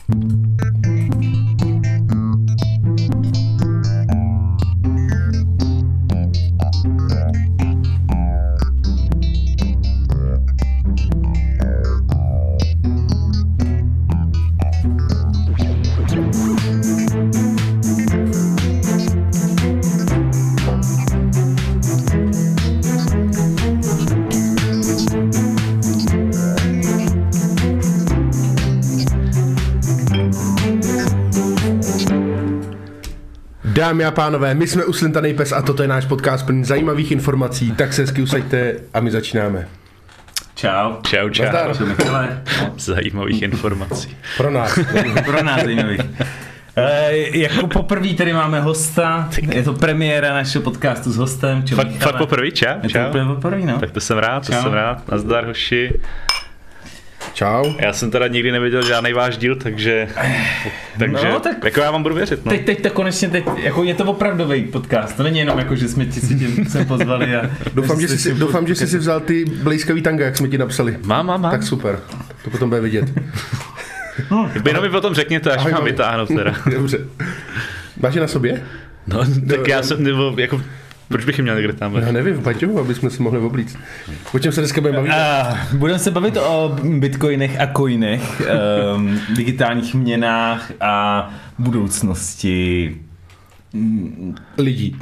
Dámy a pánové, my jsme Uslintanej pes a toto je náš podcast plný zajímavých informací, tak se hezky usaďte a my začínáme. Čau. Čau, čau. Zajímavých informací. Pro nás. Pro nás zajímavých. Jako poprvé tady máme hosta, je to premiéra našeho podcastu s hostem. Fakt poprvé, čau. Je to úplně poprvé, no. Tak to jsem rád, Nazdar, hoši. Čau. Já jsem teda nikdy neviděl žádný váš díl, takže no, tak jako já vám budu věřit. No. Teď to konečně, jako je to opravdový podcast, to není jenom jako, že jsme ti sem pozvali a... Doufám, že jsi si vzal ty blejskavý tanga, jak jsme ti napsali. Mám. Tak super, to potom bude vidět. Jenom mi potom řekněte, až mám vytáhnout teda. Dobře. Máš je na sobě? No, tak já jsem, nebo jako... Proč bych jim měl někde tam? Já nevím, Paťo, aby jsme si mohli oblíct. O čem se dneska budeme bavit? Budeme se bavit o bitcoinech a coinech, digitálních měnách a budoucnosti lidí.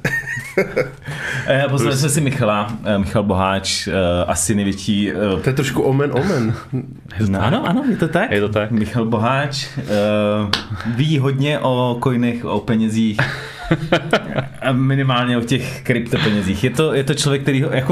Poslali jsme si Michal Boháč, asi největší... To je trošku omen. Ano, je to tak? Je to tak. Michal Boháč ví hodně o coinech, o penězích. A minimálně o těch kryptopenězích. Je to člověk,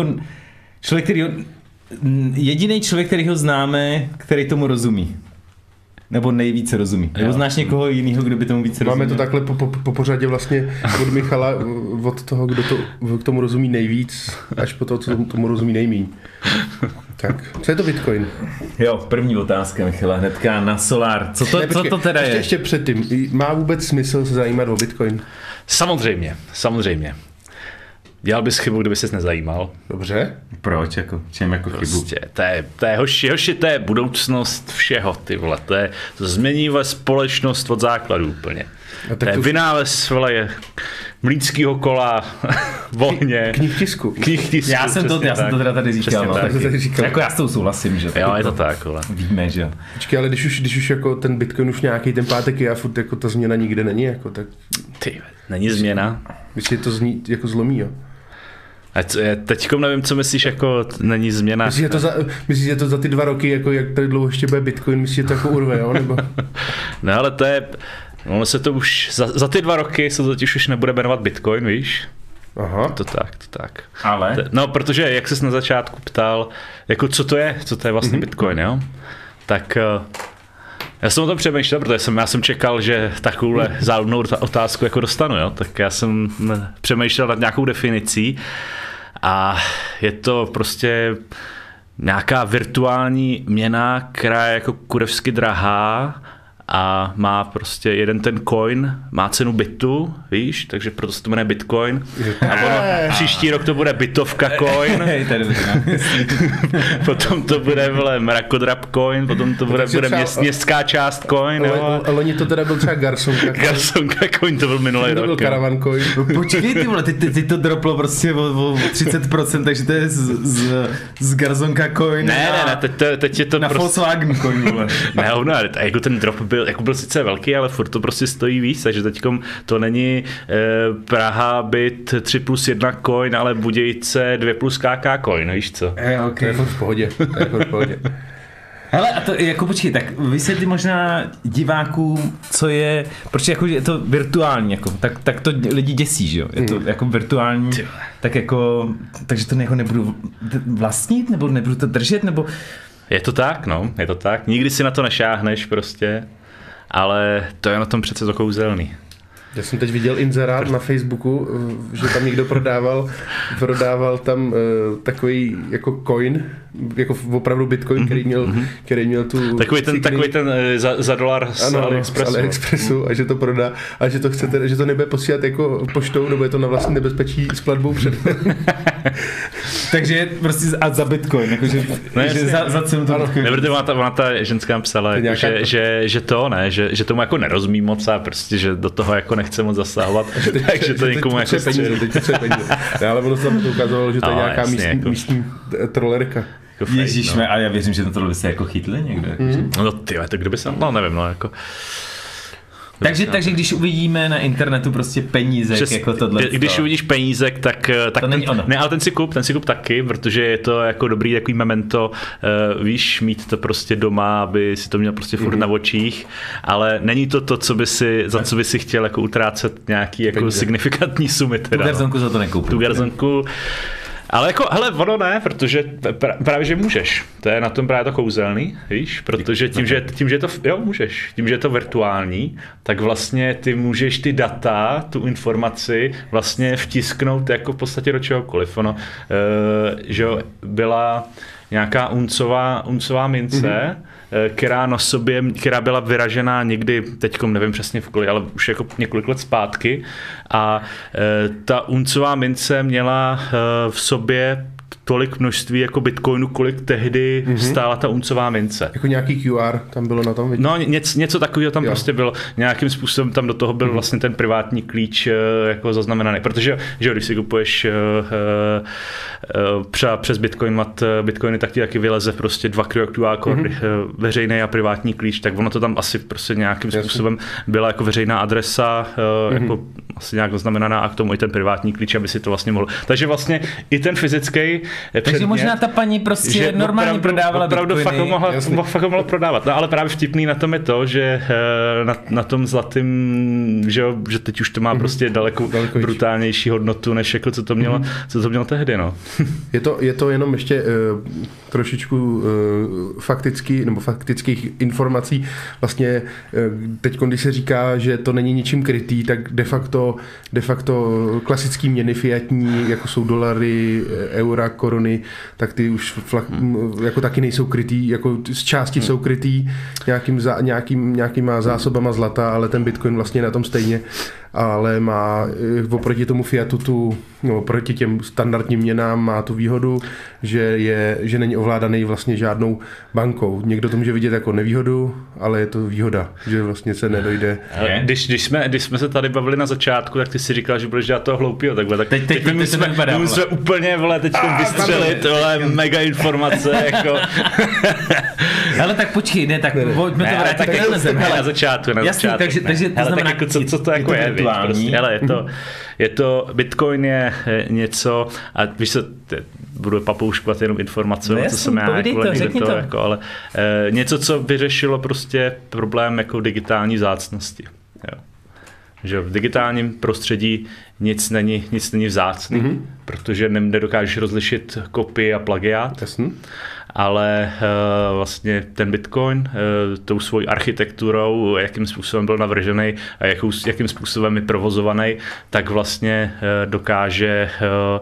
jediný člověk, který ho známe, který tomu rozumí. Nebo nejvíce rozumí. Nebo znáš někoho jiného, kdo by tomu více rozuměl? Máme to takhle po pořadě vlastně od Michala, od toho, kdo k tomu rozumí nejvíc, až po to, co tomu rozumí nejmíň. Tak, co je to Bitcoin? Jo, první otázka, Michala, hnedka na Solar. Co to teda je? Ještě předtím, má vůbec smysl se zajímat o Bitcoin? Samozřejmě. Dělal bys chybu, kdyby ses nezajímal. Dobře. Proč? Čem jako chybu? Prostě, to je hoši, to je budoucnost všeho, ty vole. To změní společnost od základu úplně. To je vynález, vole, mlýnskýho kola, vohně. Knihtisku. Já jsem to teda tady říkal. No, jako já s tou souhlasím, že? Jo, je to tak, vole. Víme, že? Počkej, ale když už jako ten Bitcoin už nějaký ten pátek je a furt jako ta změna nikde není, jako tak... Ty, není změna. Myslím, že to zní jako zlomí, jo? A teďkom nevím, co myslíš, jako není změna. Myslíš, že to za ty 2 roky, jako jak tady dlouho ještě bude Bitcoin, myslíš, že to jako urve, jo? Nebo... No ale to je... Ono se to už... Za ty 2 roky se to totiž už nebude jmenovat Bitcoin, víš? Aha. To tak. Ale? No, protože jak ses na začátku ptal, jako co to je vlastně Bitcoin, jo? Tak... Já jsem o tom přemýšlel, protože já jsem čekal, že takovouhle záludnou otázku jako dostanu, jo? Tak já jsem přemýšlel nad nějakou definicí a je to prostě nějaká virtuální měna, která je jako kurevsky drahá a má prostě jeden ten coin, má cenu bitu, víš, takže proto se to jmenuje Bitcoin. A ono, příští rok to bude bitovka coin, potom to bude mrakodrap coin, potom to bude městská část coin. Loni to teda byl třeba Garsonka coin, to byl minulý rok. To byl Caravan coin. Počkej, ty vole, ty to droplo prostě o 30%, takže to je z Garsonka coin ne, teď je to na Volkswagen coin, vole. Ne, jako ten drop byl sice velký, ale furt to prostě stojí víc, takže teďkom to není Praha byt 3+1 coin, ale Budějice 2+ KK coin, víš co? Okay. To je furt v pohodě. Hele, a to jako počkej, tak vysvětli možná divákům, co je, protože jako je to virtuální, jako, tak to lidi děsí, že jo? Je to jako virtuální, tak jako, takže to jako nebudu vlastnit, nebo nebudu to držet, nebo... Je to tak, no, je to tak. Nikdy si na to nešáhneš prostě, ale to je na tom přece to kouzelný. Já jsem teď viděl inzerát na Facebooku, že tam někdo prodával tam takový jako coin, jako opravdu bitcoin, který měl tu... Takový ten za $1 z AliExpressu a že to prodá a že to chcete, že to nebude posílat jako poštou, nebo je to na vlastní nebezpečí s platbou před. Takže prostě za bitcoin, jakože za cenu to bitcoin. Nevrde, ona ta ženská psala, jako, že tomu jako nerozumí moc a prostě, že do toho jako nechce moc zasahovat, takže to někomu jako peníze. Ale ono se tam to ukázalo, že to je nějaká místní trollerka. Ježíšme, a já věřím, že to by se jako chytli někde. No tyhle, to kdo by se, no nevím, no jako... Takže když uvidíme na internetu prostě penízek jako tohle. Když uvidíš penízek, tak to není ono. Ne, ale ten si kup taky, protože je to jako dobrý takový memento, víš, mít to prostě doma, aby si to měl prostě furt na očích, ale není to co by si, za co by si chtěl jako utrácet nějaký jako peníze. Signifikantní sumy teda. Tu garzonku za to nekoupil. Tu garzonku. Ale jako, hele, ono ne, protože právě, že můžeš. To je na tom právě to kouzelný, víš, protože tím, že je to, jo, můžeš, tím, že je to virtuální, tak vlastně ty můžeš ty data, tu informaci vlastně vtisknout jako v podstatě do čehokoliv. Ono, že byla nějaká uncová mince, která byla vyražená někdy, teďkom nevím přesně v kolik, ale už jako několik let zpátky a ta uncová mince měla v sobě tolik množství jako bitcoinu, kolik tehdy stála ta uncová mince. Jako nějaký QR tam bylo na tom? No něco takového tam prostě bylo. Nějakým způsobem tam do toho byl vlastně ten privátní klíč jako zaznamenaný. Protože že když si kupuješ přes bitcoiny, tak ti taky vyleze prostě 2 QR kódy, veřejný a privátní klíč, tak ono to tam asi prostě nějakým způsobem byla jako veřejná adresa, jako asi nějak zaznamenaná a k tomu i ten privátní klíč, aby si to vlastně mohl. Takže vlastně i ten fyzický takže možná ta paní prostě normálně prodávala bitcoiny. Fakt ho mohla prodávat. No ale právě vtipný na tom je to, že na tom zlatým, že teď už to má prostě daleko brutálnější hodnotu, než jako co to mělo tehdy. No. Je to jenom ještě trošičku faktických informací. Vlastně teď, když se říká, že to není ničím krytý, tak de facto klasický měny fiatní, jako jsou dolary, eura, koruny, tak ty už jako taky nejsou krytý, jako z části jsou krytý nějakýma zásobama zlata, ale ten bitcoin vlastně na tom stejně, ale má oproti tomu fiatu proti těm standardním měnám má tu výhodu, že není ovládaný vlastně žádnou bankou. Někdo to může vidět jako nevýhodu, ale je to výhoda, že vlastně se nedojde. Když jsme se tady bavili na začátku, tak ty si říkal, že budeš dělat toho hloupýho takhle. Tak teď my jsme úplně teď vystřelit mega informace. Jako. Ale tak počkej, ne, tak pojďme to vrátit na zem. Na začátku. Jasný, takže to znamená, jako, co to jako je, prostě. Hele, je to, Bitcoin je něco, a víš co, budu papouškovat jenom informace, no co jsem já jako, ale něco, co vyřešilo prostě problém jako digitální vzácnosti. Jo. Že v digitálním prostředí nic není vzácný, protože nedokážeš rozlišit kopii a plagiát. Jasný. Ale vlastně ten Bitcoin tou svojí architekturou, jakým způsobem byl navržený a jakým způsobem je provozovaný, tak vlastně dokáže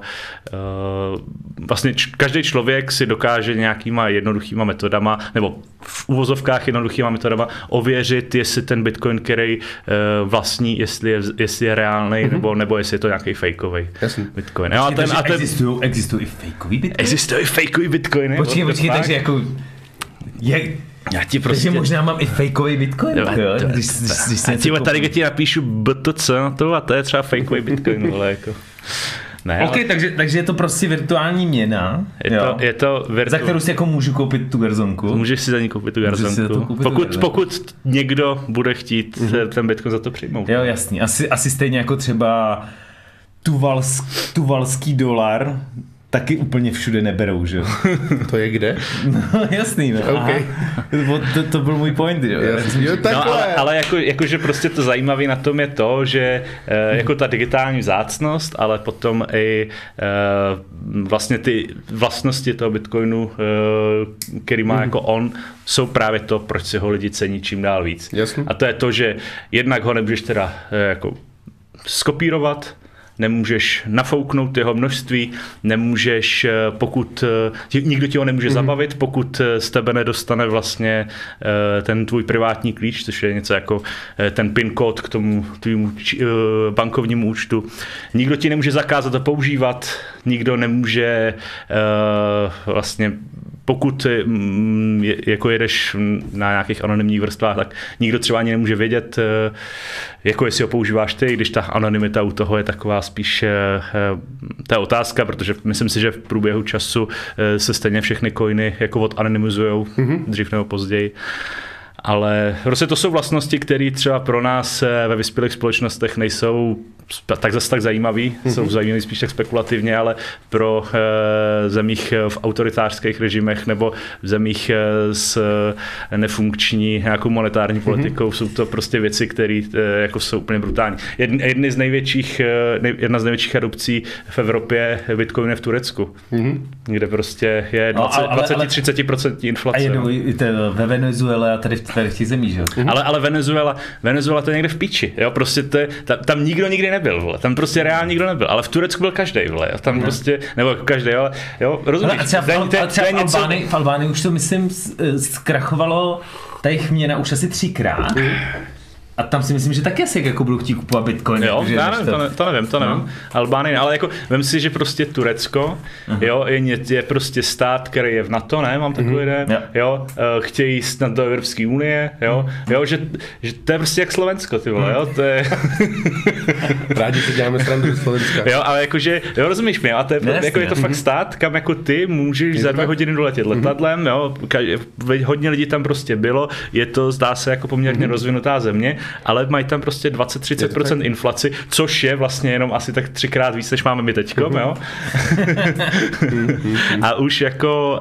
vlastně každý člověk si dokáže nějakýma jednoduchýma metodama nebo v uvozovkách jednoduchýma metodama ověřit, jestli ten Bitcoin, který vlastní, jestli je reálný nebo jestli je to nějaký fakeový Bitcoin. No, existují i fakeový Bitcoin? Existují i fakeový Bitcoin. Počkej, takže jako já ti prostě... Takže možná mám i fakeový Bitcoin. Já tady ti napíšu BTC na to a to je třeba fakeový Bitcoin. Jako. Ne, OK, takže je to prostě virtuální měna. Je to za kterou si jako můžu koupit tu garzonku. Můžeš si za ní koupit tu garzonku. Pokud někdo bude chtít ten Bitcoin za to přijmout. Jo, jasný. Asi stejně jako třeba tuvalský dolar taky úplně všude neberou, že? To je kde? No jasný, no. Okay. To byl můj point, jo. No, ale jakože prostě to zajímavé na tom je to, že jako ta digitální vzácnost, ale potom i vlastně ty vlastnosti toho Bitcoinu, který má jako on, jsou právě to, proč si ho lidi cení čím dál víc. Jasný. A to je to, že jednak ho nemůžeš teda jako skopírovat, nemůžeš nafouknout jeho množství, nemůžeš, nikdo ti ho nemůže zabavit, pokud z tebe nedostane vlastně ten tvůj privátní klíč, což je něco jako ten PIN kód k tomu tvýmu bankovnímu účtu. Nikdo ti nemůže zakázat to používat, nikdo nemůže vlastně, pokud jako jedeš na nějakých anonymních vrstvách, tak nikdo třeba ani nemůže vědět, jako jestli ho používáš ty, když ta anonymita u toho je taková spíš ta otázka, protože myslím si, že v průběhu času se stejně všechny coiny jako odanonymizujou dřív nebo později. Ale prostě to jsou vlastnosti, které třeba pro nás ve vyspělých společnostech nejsou tak zase tak zajímavý, jsou zajímavý spíš tak spekulativně, ale pro zemích v autoritářských režimech nebo v zemích s nefunkční nějakou monetární politikou jsou to prostě věci, které jako jsou úplně brutální. Jedna z největších adopcí v Evropě Bitcoin je v Turecku, kde prostě je 20-30% inflace. A ve Venezuele a tady v těch zemích, že? Ale Venezuela to je někde v píči, jo, prostě tam nikdo nikdy nebyl, vole. Tam prostě reálně nikdo nebyl, ale v Turecku byl každej, vole. Tam prostě, nebo každej, ale jo, rozumíš. V Albánii už to myslím zkrachovalo, ta jich měna už asi 3krát. A tam si myslím, že taky asi jako budou chtít kupovat Bitcoin. Jo, já nevím, to nevím. Albánie, ale jako vem si, že prostě Turecko, jo, je prostě stát, který je v NATO, ne, mám takový jo, chtějí snad do Evropské unie, jo, že to je prostě jak Slovensko, ty vole, jo, to je... Rádi si děláme srandu z Slovenska. Jo, ale jakože, jo, rozumíš mě, a to je, jako je to fakt stát, kam jako ty můžeš za 2 hodiny doletět letadlem, jo, hodně lidí tam prostě bylo, je to, zdá se, jako poměrně rozvinutá země, ale mají tam prostě 20-30% inflaci, což je vlastně jenom asi tak 3krát víc, než máme my teďkom, jo. A už jako,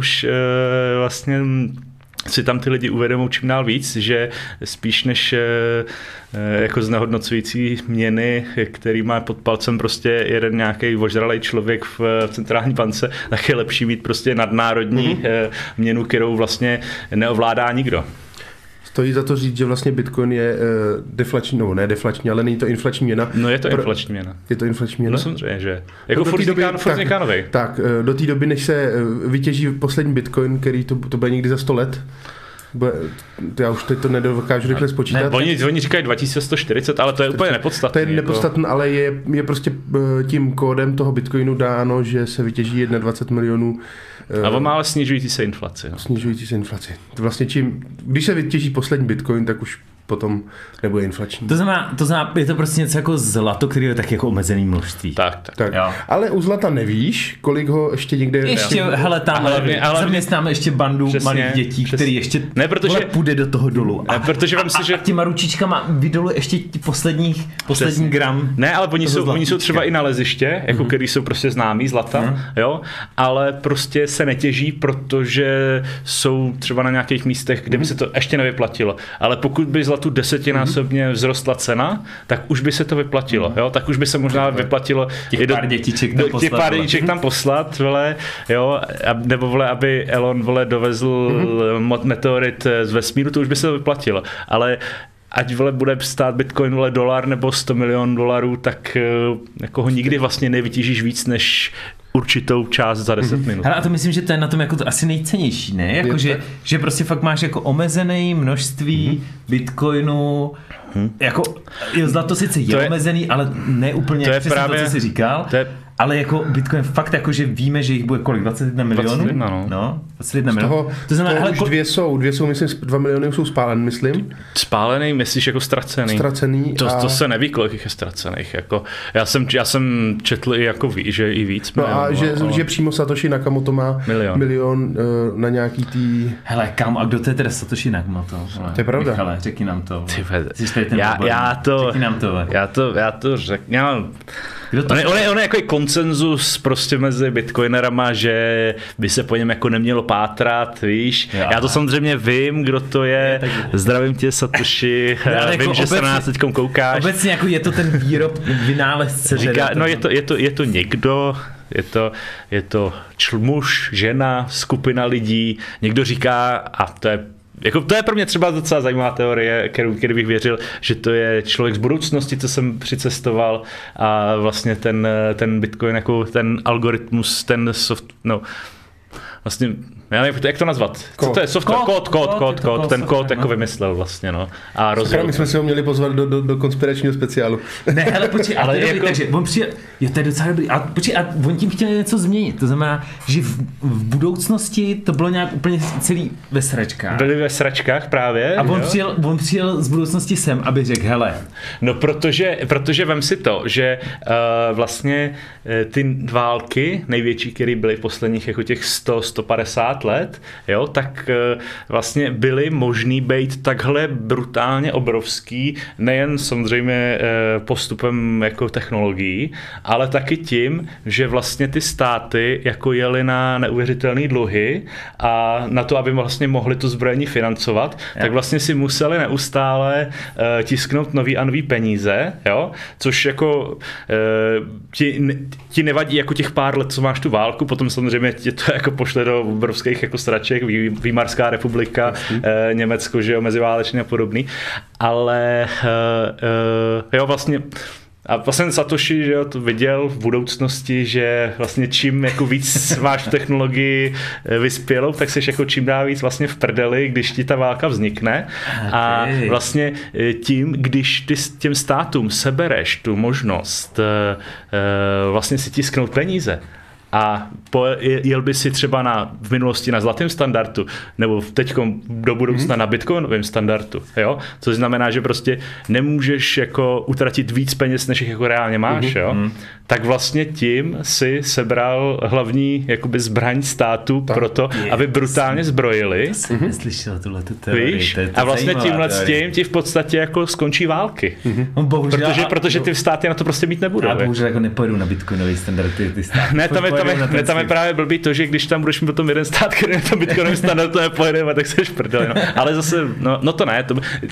vlastně si tam ty lidi uvědomují čím dál víc, že spíš než jako znehodnocující měny, který má pod palcem prostě jeden nějaký ožralej člověk v centrální bance, tak je lepší mít prostě nadnárodní měnu, kterou vlastně neovládá nikdo. Stojí za to říct, že vlastně Bitcoin je deflační, no ne deflační, ale není to inflační měna. No je to inflační měna. Je to inflační měna? No samozřejmě, že. Jako furt vzniká novej. Tak, do té doby, než se vytěží poslední Bitcoin, který to bude někdy za 100 let, já už teď to nedokážu rychle spočítat. Oni říkají 2140, ale to je úplně nepodstatné. To je nepodstatné, ale je prostě tím kódem toho Bitcoinu dáno, že se vytěží 21 milionů. A on má ale snižující se inflaci. No. Snižující se inflaci. Vlastně když se vytěží poslední Bitcoin, tak už potom nebude inflační. To znamená, je to prostě něco jako zlato, který je tak jako omezený množství. Tak. Ale u zlata nevíš, kolik ho ještě někde... Hele, tam zaměstnáme ještě bandu malých dětí, který ještě půjde do toho dolu. Protože vám si, že... těma ručičkama vydolu ještě poslední gram. Ne, ale oni jsou třeba i na leziště, jako který jsou prostě známý zlata, jo, ale prostě se netěží, protože jsou třeba na nějakých místech, kde by se to ještě nevyplatilo. Ale pokud by zlatu 10násobně vzrostla cena, tak už by se to vyplatilo, jo? Tak už by se možná vyplatilo těch pár dětiček tam poslat, vole, jo? Nebo vole, aby Elon dovezl meteorit z vesmíru, to už by se to vyplatilo. Ale ať bude stát Bitcoin $1 nebo $100 milionů, tak jako ho nikdy vlastně nevytížíš víc než určitou část za 10 minut. Hele, a to myslím, že to je na tom jako to asi nejcennější, ne? Jako, že prostě fakt máš jako omezené množství Bitcoinu, jako zlato sice je omezený, ale ne úplně přesně právě to, co jsi říkal. Ale jako Bitcoin fakt jako, že víme, že jich bude kolik? 21 milionů? 21, no. 21 milionů. To znamená, hele, už dvě jsou, myslím, 2 miliony jsou spálený, myslím. Spálený, myslíš jako ztracený? To se neví, kolik jich je ztracených. Jako, já jsem četl i jako že i víc. No a že přímo Satoshi Nakamoto má milion na nějaký tý... Hele, kam, a kdo to je teda Satoshi Nakamoto? To je pravda. Michale, řekni nám to. Já to řeknu. On je jako konsenzus prostě mezi bitcoinerama, že by se po něm jako nemělo pátrat, víš. Já to samozřejmě vím, kdo to je. Zdravím tě, Satoshi. Vím, že se na nás teďkom koukáš. Obecně jako je to ten vynálezce. Je to někdo, je to muž, žena, skupina lidí. Někdo říká, a to je jako to je pro mě třeba docela zajímavá teorie, kterou bych věřil, že to je člověk z budoucnosti, co jsem přicestoval a vlastně ten Bitcoin, jako ten algoritmus, ten vlastně, já nevím, jak to nazvat. Co to je? Software, kód, ten kód jako vymyslel vlastně, no. A my jsme si ho měli pozvat do konspiračního speciálu. Ne, hele, počkej, ale jako... takže on přijel, jo, to je docela dobrý, a počkej, a on tím chtěl něco změnit, to znamená, že v budoucnosti to bylo nějak úplně celý ve sračkách. Byli ve sračkách právě. A on přijel z budoucnosti sem, aby řekl, hele. No, protože vem si to, že vlastně ty války, největší, které byly v posledních jako těch 100-150 let, jo, tak vlastně byly možný být takhle brutálně obrovský, nejen samozřejmě postupem jako technologií, ale taky tím, že vlastně ty státy jako jeli na neuvěřitelné dluhy a na to, aby vlastně mohli to zbrojení financovat, tak vlastně si museli neustále tisknout nový a nový peníze, jo, což jako ti nevadí jako těch pár let, co máš tu válku, potom samozřejmě tě to jako pošle do obrovských jako sraček, Výmarská republika, Německo, že jo, meziválečně a podobný, ale jo, vlastně a vlastně Satoshi, že jo, to viděl v budoucnosti, že vlastně čím jako víc máš v technologii vyspělou, tak jsi jako čím dál víc vlastně v prdeli, když ti ta válka vznikne. A vlastně tím, když ty těm státům sebereš tu možnost vlastně si tisknout peníze, a jel by si třeba v minulosti na zlatém standardu, nebo teďkom do budoucna na bitcoinovém standardu, jo? Což znamená, že prostě nemůžeš jako utratit víc peněz, než jich jako reálně máš, jo? Tak vlastně tím si sebral hlavní jakoby zbraň státu proto, aby brutálně zbrojili. Jsem neslyšel tuhletu teorii. Víš? A vlastně tímhle s tím ti v podstatě jako skončí války. Protože ty státy na to prostě mít nebudou. A bohužel jako nepojedu na bitcoinový standard ty státy. Ne, tam je právě blbý to, že když tam budeš mít potom jeden stát, který na tom bitcoinovém standardu nepojede, tak seš prdeli. No. Ale zase, no to ne,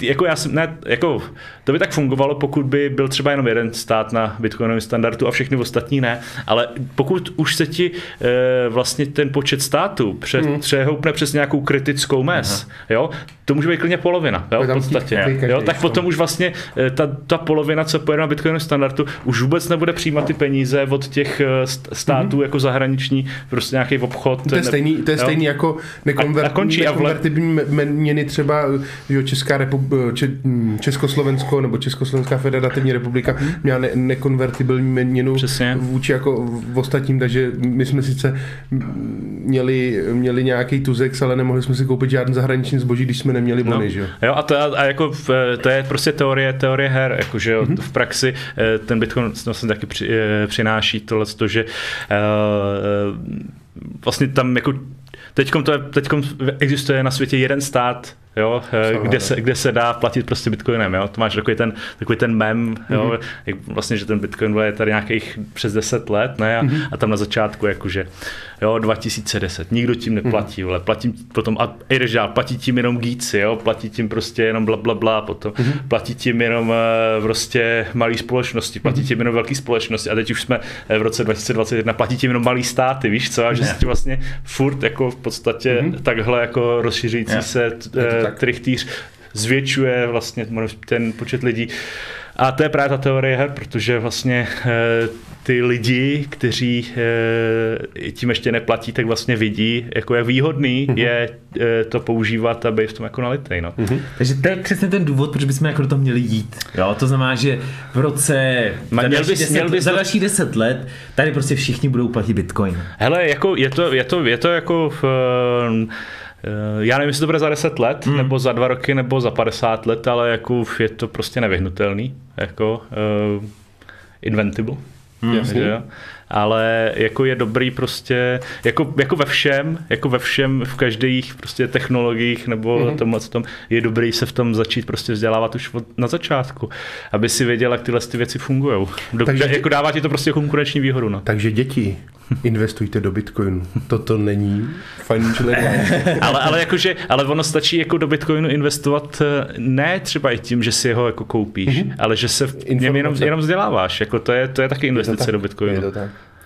to by tak fungovalo, pokud by byl třeba jenom jeden stát na bitcoinovém standardu a všechny ostatní ne, ale pokud už se ti vlastně ten počet států přehoupne přes nějakou kritickou mez, jo, to může být klidně polovina, jo, v podstatě. Jo, tak potom už vlastně ta polovina, co pojede na bitcoinovém standardu, už vůbec nebude přijímat ty peníze od těch států jako zahraniční, prostě nějaký obchod. To je stejný jako nekonvertibilní měny třeba, že Československo nebo Československá federativní republika měla nekonvertibilní měnu vůči jako v ostatním, takže my jsme sice měli nějaký tuzex, ale nemohli jsme si koupit žádný zahraniční zboží, když jsme neměli bony, že jo. Jo, a jako to je prostě teorie her, jakože v praxi ten Bitcoin vlastně taky přináší tohle, že vlastně tam jako teďkom existuje na světě jeden stát, jo, kde se dá platit prostě bitcoinem, jo. To máš takový ten mem, jo, vlastně, že ten bitcoin je tady nějakých přes 10 let, ne, a tam na začátku jakože, jo, 2010, nikdo tím neplatí, vole, platím potom, a jdeš dál, platí tím jenom geeci, jo, platí tím prostě jenom blablabla, potom platí tím jenom prostě malý společnosti, platí tím jenom velký společnosti a teď už jsme v roce 2021, platí tím jenom malý státy, víš co, a že si vlastně furt jako v podstatě takhle jako rozšiřující se trichtýř zvětšuje vlastně ten počet lidí. A to je právě ta teorie her, protože vlastně ty lidi, kteří tím ještě neplatí, tak vlastně vidí, jako jak výhodný je to používat a být v tom jako nalitej. No. Takže to je přesně ten důvod, proč bychom jako do toho měli jít. Jo? To znamená, že v roce za další 10 let tady prostě všichni budou platit bitcoin. Hele, jako je to jako já nevím, jestli to bude za 10 let, nebo za 2 roky, nebo za 50 let, ale jako je to prostě nevyhnutelný, jako inventable. Jasně. Ale jako je dobrý prostě, jako ve všem, v každých prostě technologiích nebo tomhle tom, je dobrý se v tom začít prostě vzdělávat už na začátku, aby si věděl, jak tyhle ty věci fungujou. Jako dává ti to prostě konkurenční výhodu. No. Takže děti, investujte do bitcoinu. Toto není financial advice. ale ono stačí jako do bitcoinu investovat ne třeba i tím, že si ho jako koupíš, ale že se v něm jenom vzděláváš. Jako to je taky investice do bitcoinu. Je to tak.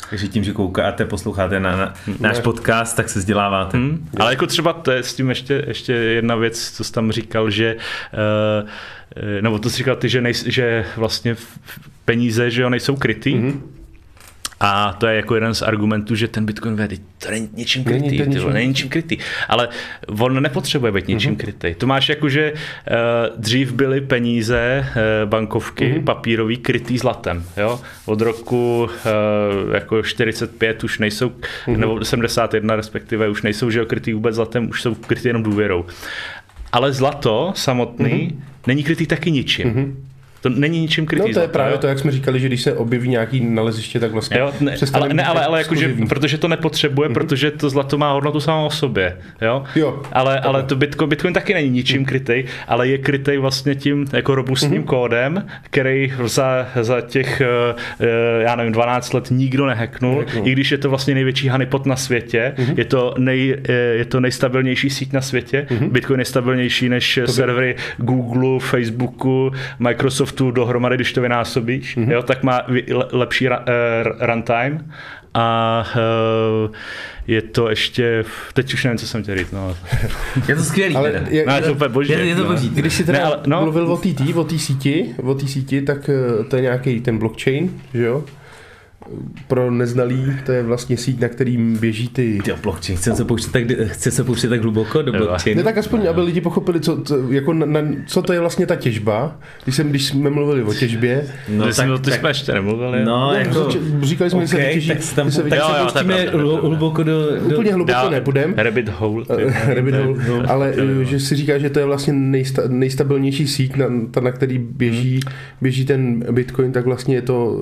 Takže tím, že koukáte, posloucháte na náš podcast, tak se vzděláváte. Ale jako třeba to je s tím ještě jedna věc, co jsi tam říkal, že nebo to jsi říkal ty, že vlastně peníze, že jo, nejsou krytý. A to je jako jeden z argumentů, že ten Bitcoin to není ničím krytý, není ničím krytý. Ale on nepotřebuje být ničím krytý. To máš jako, že dřív byly peníze, bankovky, papírový, krytý zlatem. Jo? Od roku jako 45 už nejsou, nebo 71 respektive, už nejsou, že jo, krytý vůbec zlatem, už jsou krytý jenom důvěrou. Ale zlato samotný není krytý taky ničím. To není ničím krytý. No to je právě to, jak jsme říkali, že když se objeví nějaký naleziště, tak vlastně ale jakože, protože to nepotřebuje, protože to zlato má hodnotu samo o sobě. Jo? Ale to Bitcoin taky není ničím krytý, ale je krytý vlastně tím jako robustním kódem, který za těch, já nevím, 12 let nikdo nehacknul, i když je to vlastně největší honeypot na světě, je to nejstabilnější síť na světě. Bitcoin je stabilnější než servery Google, Facebooku, Microsoft dohromady, když to vynásobíš, jo, tak má lepší runtime a je to ještě, teď už nevím, co jsem chtěl říct. No. Je to skvělý. Je to úplně boží. Je to boží. Když jsi teda mluvil o té síti, tak to je nějaký ten blockchain, že jo? Pro neznalý, to je vlastně síť, na kterým běží ty... blockchain, chce se pouštět tak hluboko do blockchainu. Ne, tak aspoň, aby lidi pochopili, co to je vlastně ta těžba. Když jsme mluvili o těžbě... Ty jsme ještě nemluvili. Říkali jsme, že se vytěží... Tak se pouštíme hluboko do... Úplně hluboko nepůjdem. Rabbit hole. Ale že si říká, že to je vlastně nejstabilnější síť, na který běží ten Bitcoin, tak vlastně je to...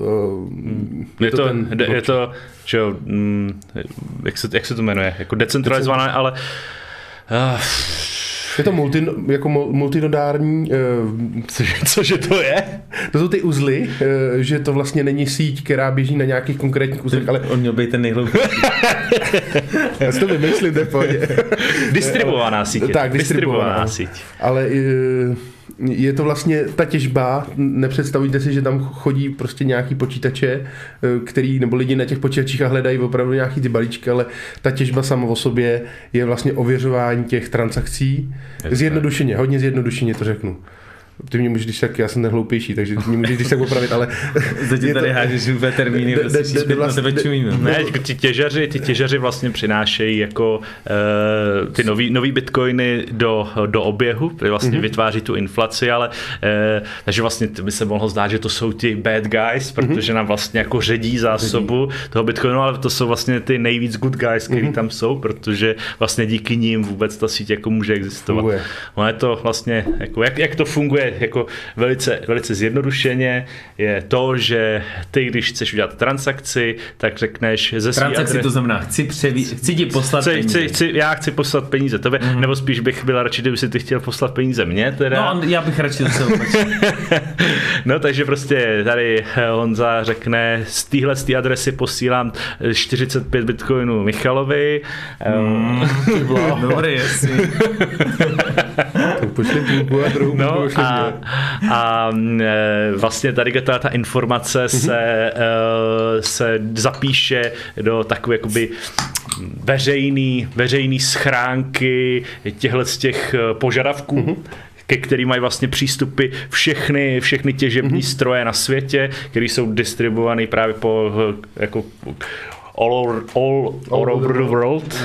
Je to, že jo, jak se to jmenuje, jako decentralizované, ale... Je to multinodární... Cože to je? To jsou ty uzly, že to vlastně není síť, která běží na nějakých konkrétních uzlech, ale... On měl být ten nejhloubější. Já si to vymyslím, to je v pohodě. Distribuovaná síť. Tak, distribuovaná síť. Ale... je to vlastně ta těžba, nepředstavujte si, že tam chodí prostě nějaký počítače, který, nebo lidi na těch počítačích a hledají opravdu nějaký ty balíčky, ale ta těžba sama o sobě je vlastně ověřování těch transakcí. Zjednodušeně, hodně zjednodušeně to řeknu. Ty mě můžeš, když tak, já jsem ten hloupější, takže ty mě můžeš, když tak opravit, ale... Zatím tady hážeš úplně termíny, na tebe čumíme. Ne, ti těžaři vlastně přinášejí jako ty nový bitcoiny do oběhu, vlastně vytváří tu inflaci, ale takže vlastně by se mohlo zdát, že to jsou ti bad guys, protože nám vlastně jako ředí zásobu toho bitcoinu, ale to jsou vlastně ty nejvíc good guys, který tam jsou, protože vlastně díky nim vůbec ta síť jako může existovat. Ono je to vlastně, jako, jak to funguje jako velice, velice zjednodušeně, je to, že ty, když chceš udělat transakci, tak řekneš ze svý transakci, to znamená, chci ti poslat peníze. Já chci poslat peníze tobě, nebo spíš bych byl radši, kdyby si ty chtěl poslat peníze mně teda. No, já bych radši zase No, takže prostě tady Honza řekne, z téhle adresy posílám 45 bitcoinů Michalovi. Dobrý, jasný. Tak pošli půlku a druhou půlku pošli mě. A vlastně tady ta informace se zapíše do takové jakoby veřejný schránky těchto z těch požadavků, ke kterým mají vlastně přístupy všechny těžební stroje na světě, které jsou distribuované právě po jako all over the world.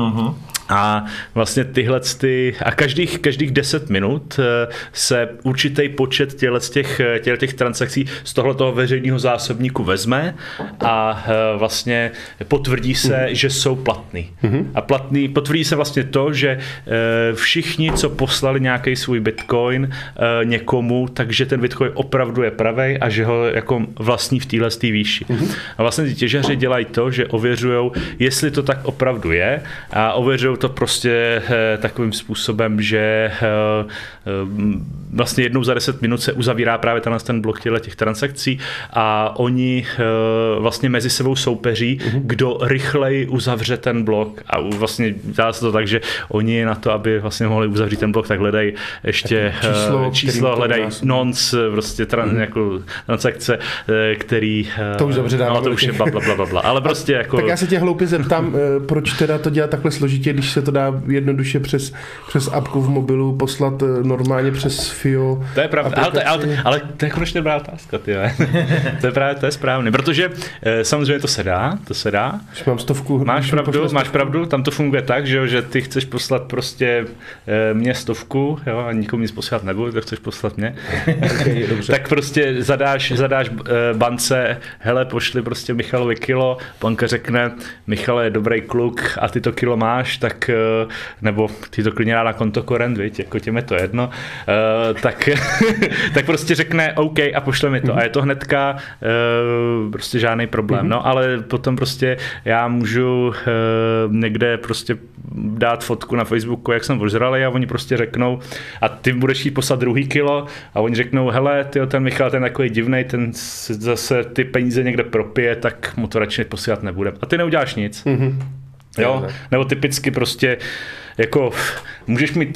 A vlastně a každých 10 minut se určitý počet těch transakcí z tohoto veřejného zásobníku vezme a vlastně potvrdí se, že jsou platný. A potvrdí se vlastně to, že všichni, co poslali nějaký svůj bitcoin někomu, takže ten bitcoin opravdu je pravej a že ho jako vlastní v téhle výši. A vlastně ty těžaři dělají to, že ověřují, jestli to tak opravdu je, a ověřují to prostě takovým způsobem, že vlastně jednou za 10 minut se uzavírá právě ten blok těch transakcí a oni vlastně mezi sebou soupeří, kdo rychleji uzavře ten blok a vlastně dělá se to tak, že oni na to, aby vlastně mohli uzavřít ten blok, tak hledají ještě číslo hledají nonce, prostě nějakou transakce, který... To už dobře dává. No, to už je blablabla. Ale prostě jako... Tak já se tě hloupě zeptám, proč teda to dělat takhle složitě, když se to dá jednoduše přes apku v mobilu poslat normálně přes FIO. To je pravda, ale to je konečně dobrá otázka, ty. To je správně, protože samozřejmě to se dá. Když mám 100. Máš pravdu, tam to funguje tak, že ty chceš poslat prostě mě 100, jo, a nikomu nic posílat nebudu, tak chceš poslat mě. Okay, tak prostě zadáš bance, hele, pošli prostě Michalovi kilo, banka řekne, Michale je dobrý kluk a ty to kilo máš, tak, nebo ty to klidně dá na konto korent, viď, jako těm je to jedno, tak prostě řekne OK a pošle mi to a je to hnedka prostě žádný problém, no, ale potom prostě já můžu někde prostě dát fotku na Facebooku, jak jsem ožralej a oni prostě řeknou a ty budeš jí poslat druhý kilo a oni řeknou, hele, tyjo, ten Michal, ten takový divnej, ten zase ty peníze někde propije, tak mu to radši posílat nebudem. A ty neuděláš nic. Jo? Nebo typicky prostě jako můžeš mít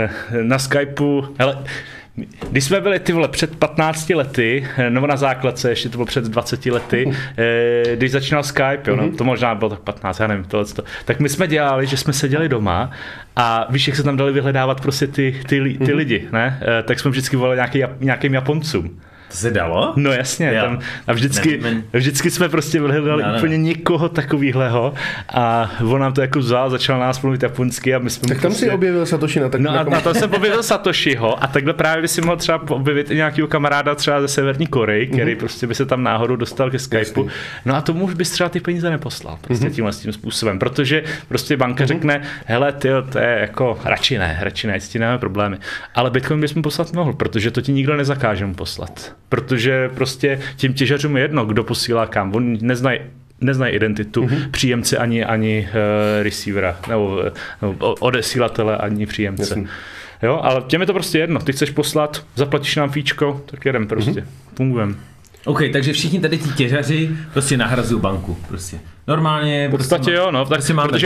na Skypeu, hele, když jsme byli ty vole před 15 lety, nebo na základce, ještě to bylo před 20 lety, když začínal Skype, jo, no, to možná bylo tak 15, já nevím, tohleto, tak my jsme dělali, že jsme seděli doma a víš, jak se tam dali vyhledávat prostě ty lidi, ne? Tak jsme vždycky volali nějakým Japoncům. To se dalo? No jasně, tam, a vždycky jsme prostě vyhledali úplně někoho takovýhleho a on nám to jako vzal, začal nás mluvit japonsky a my jsme... Tak tam si objevil Satoshina. Tak no a tam jsem objevil Satoshiho a takhle právě by si mohl třeba objevit i nějakého kamaráda třeba ze Severní Koreji, který prostě by se tam náhodou dostal ke Skypeu. No a tomu už bys třeba ty peníze neposlal prostě tímhle tím způsobem, protože prostě banka řekne, hele tyjo, to je jako radši ne, s tím nemáme problémy. Ale Bitcoin bys mu poslat mohl, protože to ti nikdo nezakáže mu poslat. Protože prostě tím těžařům je jedno, kdo posílá kam. Oni neznají identitu příjemce ani receivera, nebo odesílatele ani příjemce. Jasný. Jo, ale těm je to prostě jedno. Ty chceš poslat, zaplatíš nám fíčko, tak jedem prostě. Fungujeme. OK, takže všichni tady ti těžaři prostě nahrazují banku. Prostě. Normálně. V podstatě jo, no, tak, prostě protože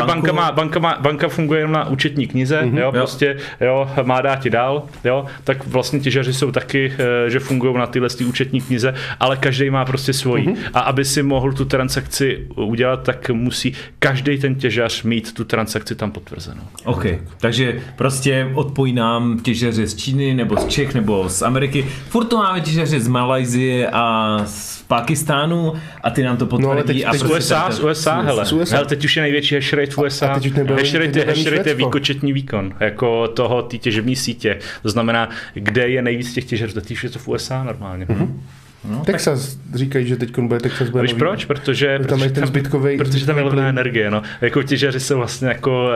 banka funguje jenom na účetní knize, jo, prostě, jo, má dát ti dál, jo, tak vlastně těžaři jsou taky, že fungují na tyhle účetní knize, ale každý má prostě svojí. A aby si mohl tu transakci udělat, tak musí každý ten těžař mít tu transakci tam potvrzenou. OK, takže prostě odpojí nám těžaři z Číny, nebo z Čech, nebo z Ameriky. Furt to máme těžaři z Malajsie a z Pakistánu a ty nám to potvrdí. No, z USA, hele, teď už je největší hash rate v USA. Hash rate je výpočetní výkon, jako té těžební sítě. To znamená, kde je nejvíc těch těžařů, teď je to v USA normálně. No, Texas říkají, že teď bude Texas bude. Víš proč? Protože tam je levná energie. No. Jako těžaři jsou vlastně jako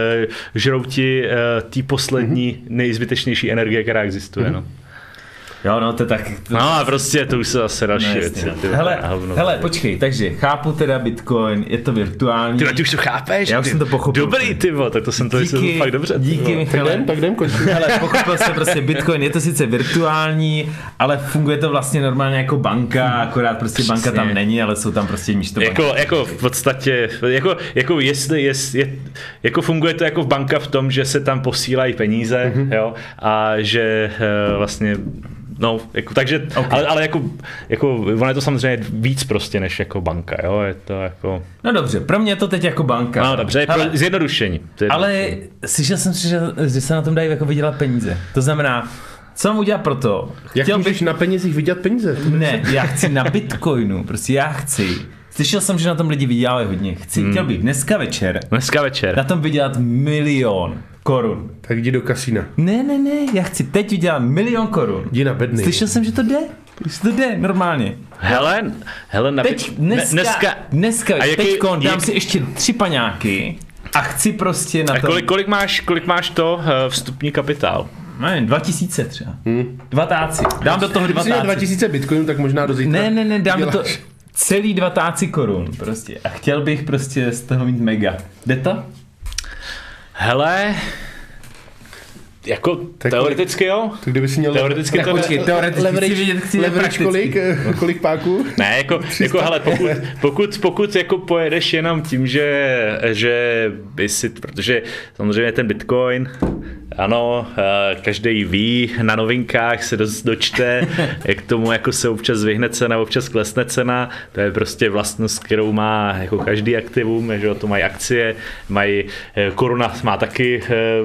žrouti té poslední nejzbytečnější energie, která existuje. No. Jo, no to tak... No a prostě to už se zase další věci. Hele, počkej, takže chápu teda Bitcoin, je to virtuální. Ty už to chápeš? Já už jsem to pochopil. Dobrý, tyvo, tak to jsem to vysvětlil fakt dobře. Díky, Michale. Tak jdem končit. Hele, pochopil jsem prostě Bitcoin, je to sice virtuální, ale funguje to vlastně normálně jako banka, akorát prostě banka tam není, ale jsou tam prostě místo banky. Jako v podstatě, jako funguje to jako v banka v tom, že se tam posílají peníze, jo, a že vlastně no, jako, takže, okay. ale jako ono je to samozřejmě víc prostě než jako banka, jo, je to jako... No dobře, pro mě je to teď jako banka. No dobře, zjednodušení. Ale slyšel jsem si, že se na tom dají jako vydělat peníze. To znamená, co mám udělat pro to? Jak můžeš na penězích vydělat peníze? Ne, já chci na Bitcoinu, prostě já chci. Slyšel jsem, že na tom lidi vydělávají hodně. Chtěl bych dneska večer na tom vydělat 1 000 000 korun. Tak jdi do kasína. Ne, já chci teď vydělat 1 000 000 korun. Jdi na bedny. Slyšel jsem, že to jde. To jde normálně. Hele, dneska teďkon dám si ještě 3 paňáky a chci prostě na to... A kolik máš to vstupní kapitál? Nevím, 2000 třeba. 2 táci. Dám do toho 2 táci. 2000 bitcoinů, tak možná do zítra. Ne, dám do toho celý 2 táci korun prostě. A chtěl bych prostě z toho mít mega. Jde to? Hele, Jako teoreticky jo. Tak kdyby si měl teoreticky to leverage kolik páků? Ne, jako hele, pokud jako pojedeš jenom tím, že by si, protože samozřejmě ten Bitcoin, ano, každý ví, na novinkách se dočte, jak tomu jako se občas zvyhne cena, občas klesne cena, to je prostě vlastnost, kterou má jako každý aktivum, že to mají akcie, mají, koruna má taky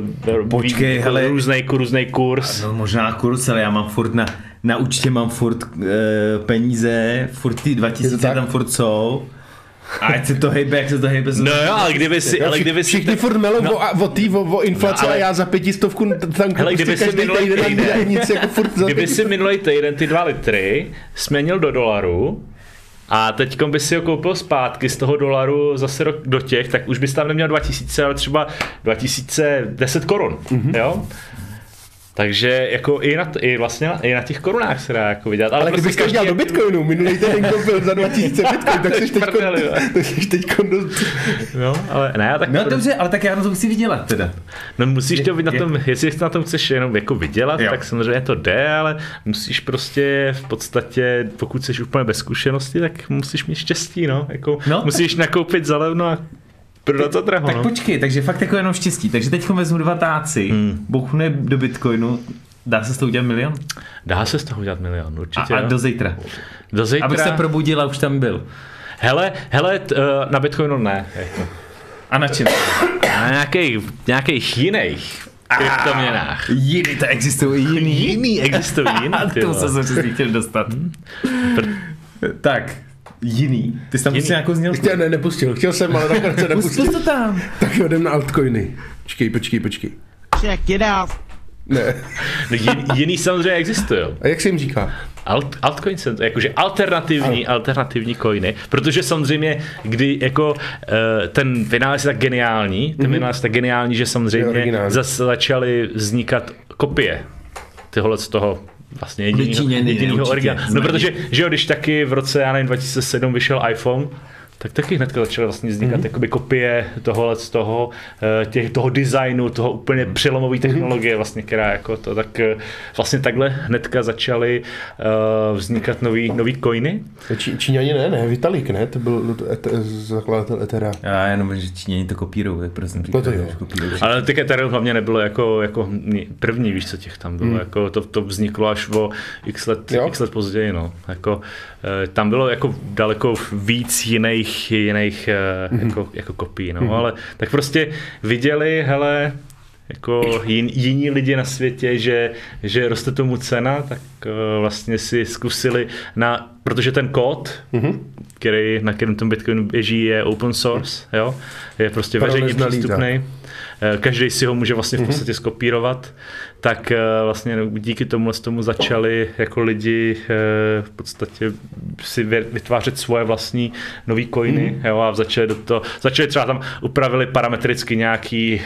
různý kurz. No možná kurz, ale já mám furt na účtě mám furt peníze, furt ty 2000 tam furt jsou. A ať se to hejbe, jak se to hejbe. No jo, ale kdyby si... Všichni furt melou o inflaci a já za 500 tam kdyby si minulý týden nic jako furt za kdyby si minulý týden ty 2 litry směnil do dolaru a teďkom by si ho koupil zpátky z toho dolaru zase do těch, tak už bys tam neměl 2000, ale třeba 2010 korun, jo? Takže jako i na těch korunách se dá jako vydělat. Ale kdybych to dělal do Bitcoinu, minulý týden koupil za 2000 Bitcoin, tak jsi teďko dost... No, ale ne, tak... No dobře, ale tak já na to chci vydělat teda. No musíš to na tom, jestli na tom chceš jenom jako vydělat, tak samozřejmě to jde, ale musíš prostě v podstatě, pokud jsi úplně bez zkušenosti, tak musíš mít štěstí, no. Jako musíš nakoupit za levno a prodat za draho. Tak počkej, takže fakt jako jenom štěstí. Takže teď vezmu 2 táci, bouchne do Bitcoinu, dá se z toho udělat milion? Dá se z toho udělat milion, určitě. A do zítra? Do zítra? Abych se probudil a už tam byl. Hele, na Bitcoinu ne. A na čem? Na nějakých jiných kryptoměnách. Jiný, to existují jiný. existují jiný. To se přesně chtěl dostat. Tak. Jiný. Ty jsi tam prostě nějakou zněl? Nepustil. Chtěl jsem, ale nakonec se nepustil. Pustil to tam. Tak jo, jdem na altcoiny. Počkej. Check it out. Ne. No, jiný samozřejmě existují. A jak se jim říká? Altcoin, jakože alternativní coiny, protože samozřejmě, kdy jako ten vynález je tak geniální, že samozřejmě zase začaly vznikat kopie tohle z toho vlastně jedinýho originálu. No protože, že jo, když taky v roce, já nevím, 2007 vyšel iPhone, tak taky hnedka začaly vlastně vznikat jakoby kopie tohohle z toho, toho designu, toho úplně přelomové technologie vlastně, která jako to, tak vlastně takhle hnedka začaly vznikat nový coiny. Číňani ne, Vitalik, ne? To byl zakladatel Ethera. Já jenom, že Číňani to kopírují, protože jsem říkal, že kopírují. Ale těch Ethereum hlavně nebylo jako první, víš, co těch tam bylo, jako to vzniklo až o x let později, no. Jako, tam bylo jako daleko víc jiných jako kopií, no, ale tak prostě viděli, hele, jako jiní lidi na světě, že roste tomu cena, tak vlastně si zkusili protože ten kód, na kterém ten Bitcoin běží, je open source, jo, je prostě veřejně přístupný. Každý si ho může vlastně v podstatě skopírovat, tak vlastně díky tomu začali jako lidi v podstatě si vytvářet svoje vlastní nový coiny, jo, a začali třeba tam upravili parametricky nějaký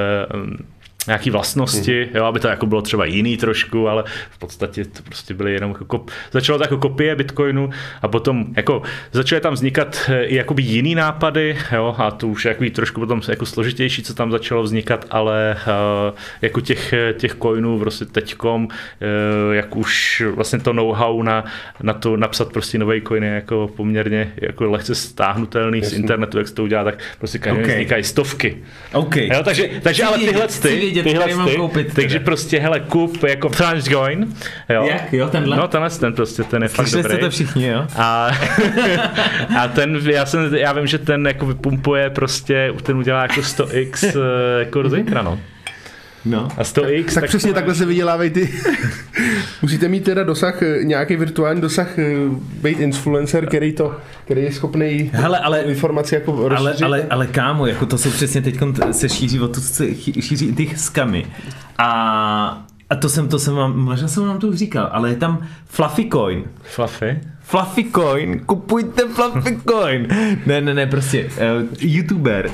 vlastnosti, jo, aby to jako bylo třeba jiný trošku, ale v podstatě to prostě byly jenom jako začalo to jako kopie Bitcoinu a potom jako začaly tam vznikat i jakoby jiný nápady, jo, a to už je jako trošku potom jako složitější, co tam začalo vznikat, ale jako těch coinů prostě teďkom, jak už vlastně to know-how na to napsat prostě nový coin je jako poměrně jako lehce stáhnutelný z internetu, jak se to udělá, tak prostě vznikají stovky. Okay. Jo, takže ale tyhle takže prostě hele, kup jako Transcoin, jo. Jak? Jo, tenhle? No ten prostě, ten je fakt dobrý. Slyšeli jste to všichni, jo? A ten, já vím, že ten jako vypumpuje prostě, ten udělá jako 100x jako do zítra, no. No. A 100x. Tak přesně takhle se vydělávají ty. Musíte mít teda nějaký virtuální dosah, být influencer, který je schopný informaci jako rozšířit. Ale kámo, jako to jsou přesně teď se šíří o to, se šíří ty skamy. A to jsem vám, možná jsem vám to už říkal, ale je tam Fluffy Coin. Fluffy Coin, kupujte Fluffy Coin. Ne, prostě YouTuber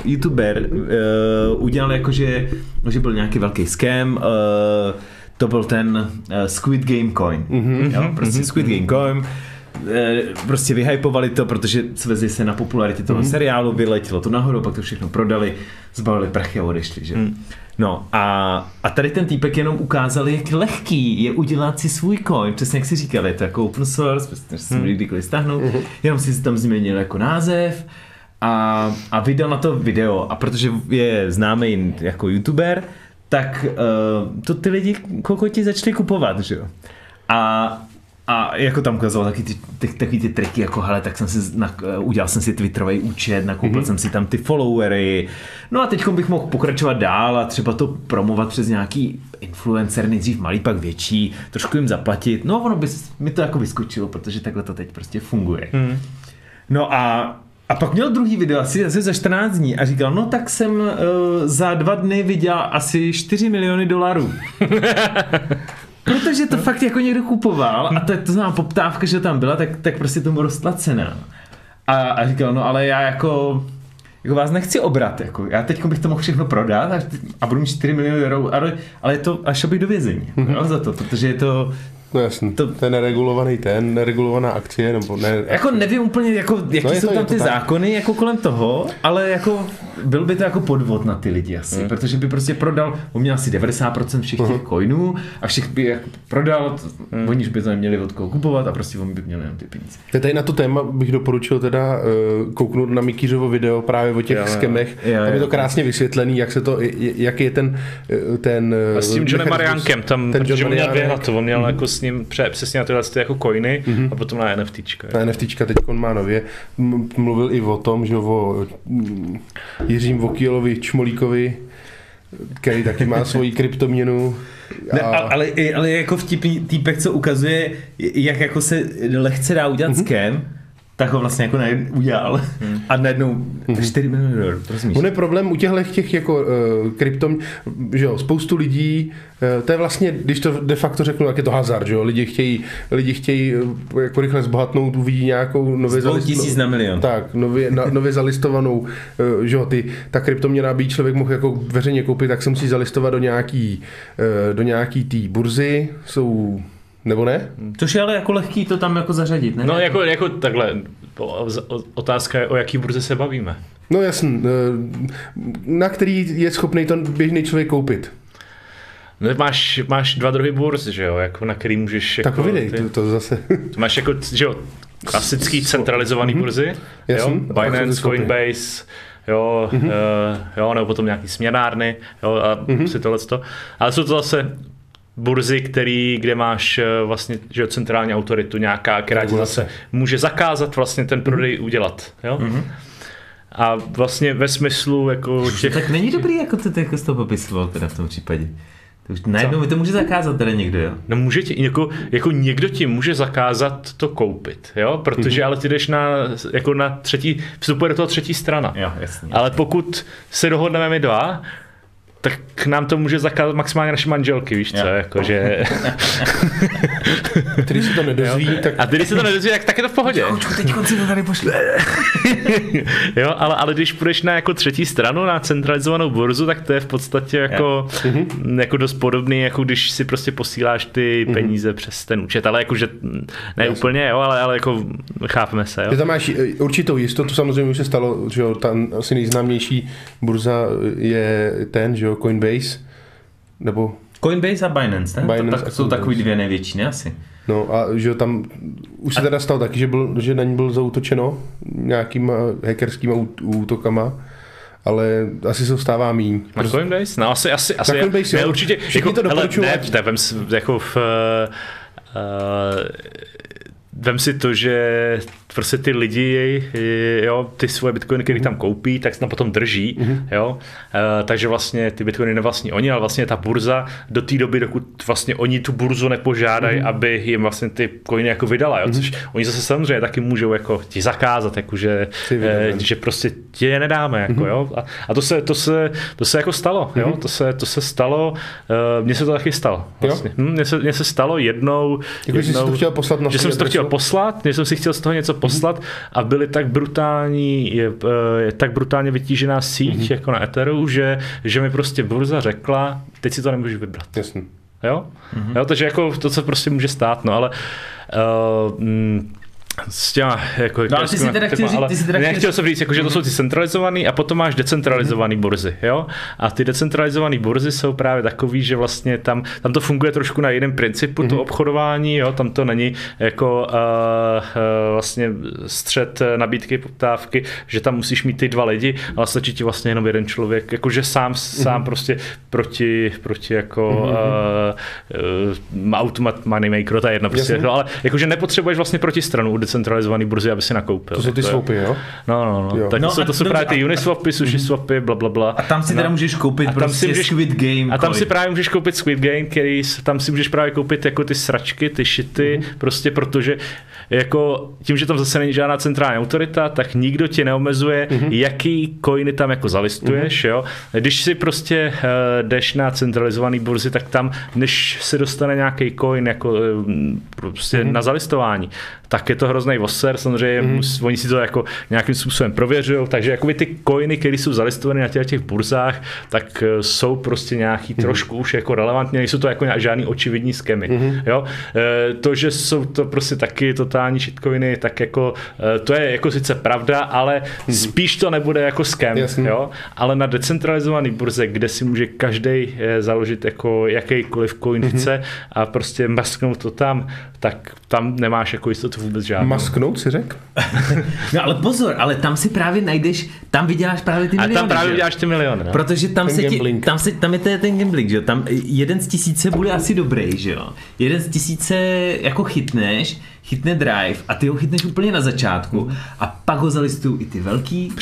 udělal jako, že byl nějaký velký scam, to byl ten Squid Game Coin. Jo, prostě Squid Game Coin. Prostě vyhypovali to, protože svezli se na popularitě toho seriálu, vyletělo to nahoru, pak to všechno prodali, zbavili prachy a odešli, že? No a tady ten týpek jenom ukázal, jak lehký je udělat si svůj coin, přesně jak si říkali, je to jako open source, prostě si můžu kdykoliv stáhnout, jenom si tam změnil jako název a vydal na to video a protože je známý jako youtuber, tak to ty lidi kokoti začali kupovat, že jo. A jako tam ukazoval taky ty triky, jako hele, tak udělal jsem si Twitterový účet, nakoupil jsem si tam ty followery, no a teď bych mohl pokračovat dál a třeba to promovat přes nějaký influencer, nejdřív malý, pak větší, trošku jim zaplatit, no ono by mi to jako vyskočilo, protože takhle to teď prostě funguje. No a pak měl druhý video asi za 14 dní a říkal, no tak jsem za 2 dny vydělal asi $4 miliony. Protože to fakt jako někdo kupoval a to znamená poptávka, že tam byla, tak prostě tomu rostla cena. A říkal, no ale já jako vás nechci obrat, jako já teď bych to mohl všechno prodat a budu mít $4 miliony, ale je to, a šel bych do vězení za to, protože je to... No jasný, to je neregulovaná akcie, nebo ne... Jako nevím úplně, jako, jaký jsou tam ty zákony jako kolem toho, ale jako byl by to jako podvod na ty lidi asi, protože by prostě prodal, on měl asi 90% všech těch coinů a všech by jako prodal, oni by to neměli od koho kupovat a prostě oni by měli jenom ty peníze. Tady na to téma bych doporučil teda kouknout na Mikýřovo video právě o těch skemech, tam je to krásně vysvětlený, jak je ten a s tím Johnem Mariánkem, tam, protože on měl běhat to, on měl jako s ním přesně na tyhle jako coiny a potom na NFTčka. Na NFTčka teď on má nově. Mluvil i o tom, že o Jiřím Vokýlovi Čmolíkovi, který taky má svoji kryptoměnu. Ne, ale jako vtipný týpek, co ukazuje, jak jako se lehce dá udělat scam, tak ho vlastně jako udělal a najednou $4 miliony, rozumíš? On je problém u těch jako kryptom, že jo, spoustu lidí, to je vlastně, když to de facto řeknu, jak je to hazard, že jo, lidi chtějí jako rychle zbohatnout, uvidí nějakou nově zalistovanou, na milion. Tak, nově zalistovanou, že jo, ta kryptoměna by člověk mohl jako veřejně koupit, tak se musí zalistovat do nějaký té burzy, jsou... Nebo ne? Tož je ale jako lehký to tam jako zařadit, ne? No jako takhle, otázka je, o jaký burze se bavíme. No jasný, na který je schopný ten běžný člověk koupit. No máš 2 druhy burz, že jo, jako na který můžeš... Jako, tak povídej, to zase... To máš jako, že jo, klasický centralizovaný burzy, jo, Binance, Coinbase, jo, nebo potom nějaký směnárny, jo, a si tohleto. Ale jsou to zase burzy, kde máš vlastně, že centrální autoritu nějaká, která ti zase může zakázat vlastně ten prodej udělat, jo. A vlastně ve smyslu jako tak není dobrý jako to jako z toho popisoval teda v tom případě. Najednou mi to může zakázat teda někdo, jo? No může ti, jako někdo ti může zakázat to koupit, jo? Protože ale ty jdeš na třetí, vstupuje do toho třetí strana. Jo, jasně. Ale pokud se dohodneme my dva, tak nám to může zakázat maximálně naše manželky, víš co, jakože... Když se to nedozví, tak... A když se to nedozví, tak je to v pohodě. Teď si to tady pošle. Jo, ale když půjdeš na jako třetí stranu, na centralizovanou burzu, tak to je v podstatě jako dost podobný, jako když si prostě posíláš ty peníze přes ten účet, ale jakože ne úplně, jo, ale jako chápeme se, jo. Ty tam máš určitou jistotu, samozřejmě už se stalo, že jo, tam asi nejznámější burza je ten, že jo, Coinbase, nebo... Coinbase a Binance, ne? Binance to jsou takový 2 největší, ne asi? No a že tam už se teda stalo taky, že na ní bylo zaútočeno nějakýma hackerskýma útokama, ale asi se stává míň. Na Coinbase? No asi na Coinbase, ne, určitě. Všichni to doporučují. Vem si to, že prostě ty lidi, jo, ty svoje bitcoiny, které tam koupí, tak se tam potom drží, jo, takže vlastně ty bitcoiny nevlastní oni, ale vlastně ta burza do té doby, dokud vlastně oni tu burzu nepožádají, aby jim vlastně ty coiny jako vydala, jo, což oni zase samozřejmě taky můžou jako ti zakázat, jakože, že prostě ti je nedáme, jako, jo, a to se jako stalo, jo, to se stalo, mně se to taky stalo, vlastně. Mně se stalo jednou, že jsem to chtěl poslat na že jsem to chtěl poslat, že jsem si chtěl z toho něco poslat a byly tak brutálně vytížená síť jako na Etheru, že mi prostě burza řekla, teď si to nemůžeš vybrat. Jasně. Jo? Jo, takže jako to se prostě může stát, no ale s těma, jako, no, ale ty si teda nechtěl jsem říct, jako, že to jsou ty centralizovaný a potom máš decentralizovaný burzy, jo? A ty decentralizované burzy jsou právě takový, že vlastně tam to funguje trošku na jiném principu, to obchodování, jo? Tam to není jako vlastně střed nabídky, poptávky, že tam musíš mít ty dva lidi, ale stačí ti vlastně jenom jeden člověk, jakože sám prostě proti jako automat moneymaker, to je jedna prostě, ale jakože nepotřebuješ vlastně protistranu decentralizovaný burzy, aby si nakoupil. To jsou ty swapy, jo? No. Tak to jsou právě ty Uniswapy, SushiSwapy, blablabla. A tam si teda můžeš koupit prostě Squid Game. A tam si právě můžeš koupit Squid Game, tam si můžeš právě koupit jako ty sračky, ty shity, prostě protože jako tím, že tam zase není žádná centrální autorita, tak nikdo tě neomezuje, jaký coiny tam jako zalistuješ, jo. Když si prostě jdeš na centralizovaný burzy, tak tam, než se dostane nějaký coin jako prostě na zalistování, tak je to hrozný voser, samozřejmě oni si to jako nějakým způsobem prověřují, takže jakoby ty coiny, které jsou zalistované na těch burzách, tak jsou prostě nějaký trošku už jako relevantní, nejsou to jako žádný očividní skemy, jo. To, že jsou to prostě taky totální shitcoiny, tak jako to je jako sice pravda, ale spíš to nebude jako scam, jo, ale na decentralizovaný burze, kde si může každý založit jako jakýkoliv coin chce a prostě masknout to tam, tak tam nemáš jako jistotu vůbec žádnou. Masknout si řek? No ale pozor, ale tam si právě najdeš, tam vyděláš právě ty miliony. A tam právě vyděláš ty miliony, no. Protože tam je ten gambling, že jo, tam 1 z 1000 bude asi dobrý, že jo. 1 z 1000 jako chytne drive a ty ho chytneš úplně na začátku a pak ho zalistují i ty velký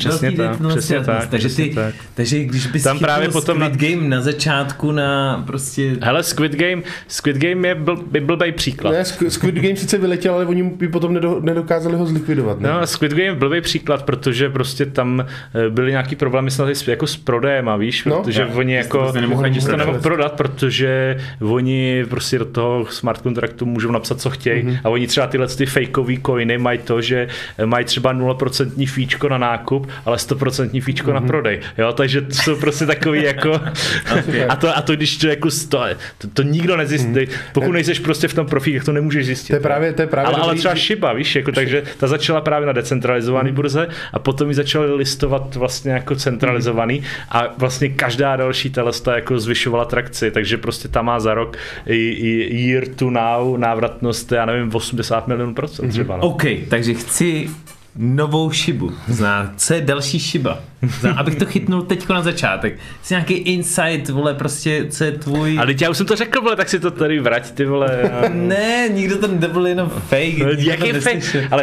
takže když bys tam právě potom Squid Game na začátku na prostě... Hele, Squid Game je blbej příklad. Ne, Squid Game sice vyletěl, ale oni by potom nedokázali ho zlikvidovat. Ne? No, Squid Game je blbej příklad, protože prostě tam byly nějaký problémy jako s prodejem, a víš, protože oni jako to nemohli prodat, protože oni prostě do toho smart kontraktu můžou napsat, co chtějí a oni třeba tyhle ty fakeový coiny mají to, že mají třeba 0% fíčko na nákup, ale 100% fíčko na prodej. Jo, takže to jsou prostě takový jako a to když to jako to nikdo nezjistí. Pokud nejseš prostě v tom profíku, jak to nemůžeš zjistit. To je právě ale třeba Shiba, víš, jako, takže ta začala právě na decentralizované burze a potom ji začali listovat vlastně jako centralizovaný a vlastně každá další telesta jako zvyšovala trakci, takže prostě tam má za rok year to now návratnost, já nevím, 80 milionů procent třeba. No. OK, takže chci novou Shibu. Co je další Shiba? Abych to chytnul teďko na začátek. Jsi nějaký insight, vole, prostě, co je tvůj... Ale já už jsem to řekl, vole, tak si to tady vrať, ty vole. Ne, nikdo to nebyl jenom fake. Jaký fake? Ale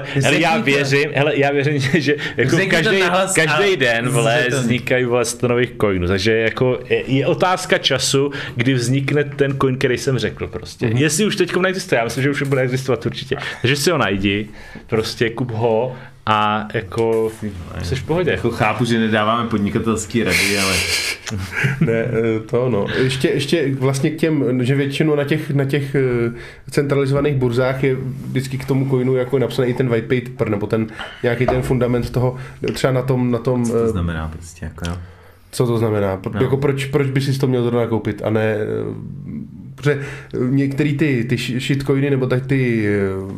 já věřím, že jako každý den, vole, vznikají, vole, 100 nových coinů, takže jako je otázka času, kdy vznikne ten coin, který jsem řekl prostě. Jestli už teďko neexistuje, já myslím, že už bude existovat určitě. Takže si ho najdi, prostě kup ho, a jako jsi v pohodě. Jako chápu, že nedáváme podnikatelský rady, ale... Ne, to no. Ještě vlastně k těm, že většinou na těch centralizovaných burzách je vždycky k tomu coinu jako napsaný i ten white paper, nebo ten nějaký ten fundament toho, třeba na tom... Co to znamená prostě, jako jo? Co to znamená? No. Jako proč by si to měl zrovna koupit a ne... Protože některý ty shitcoiny nebo tak ty...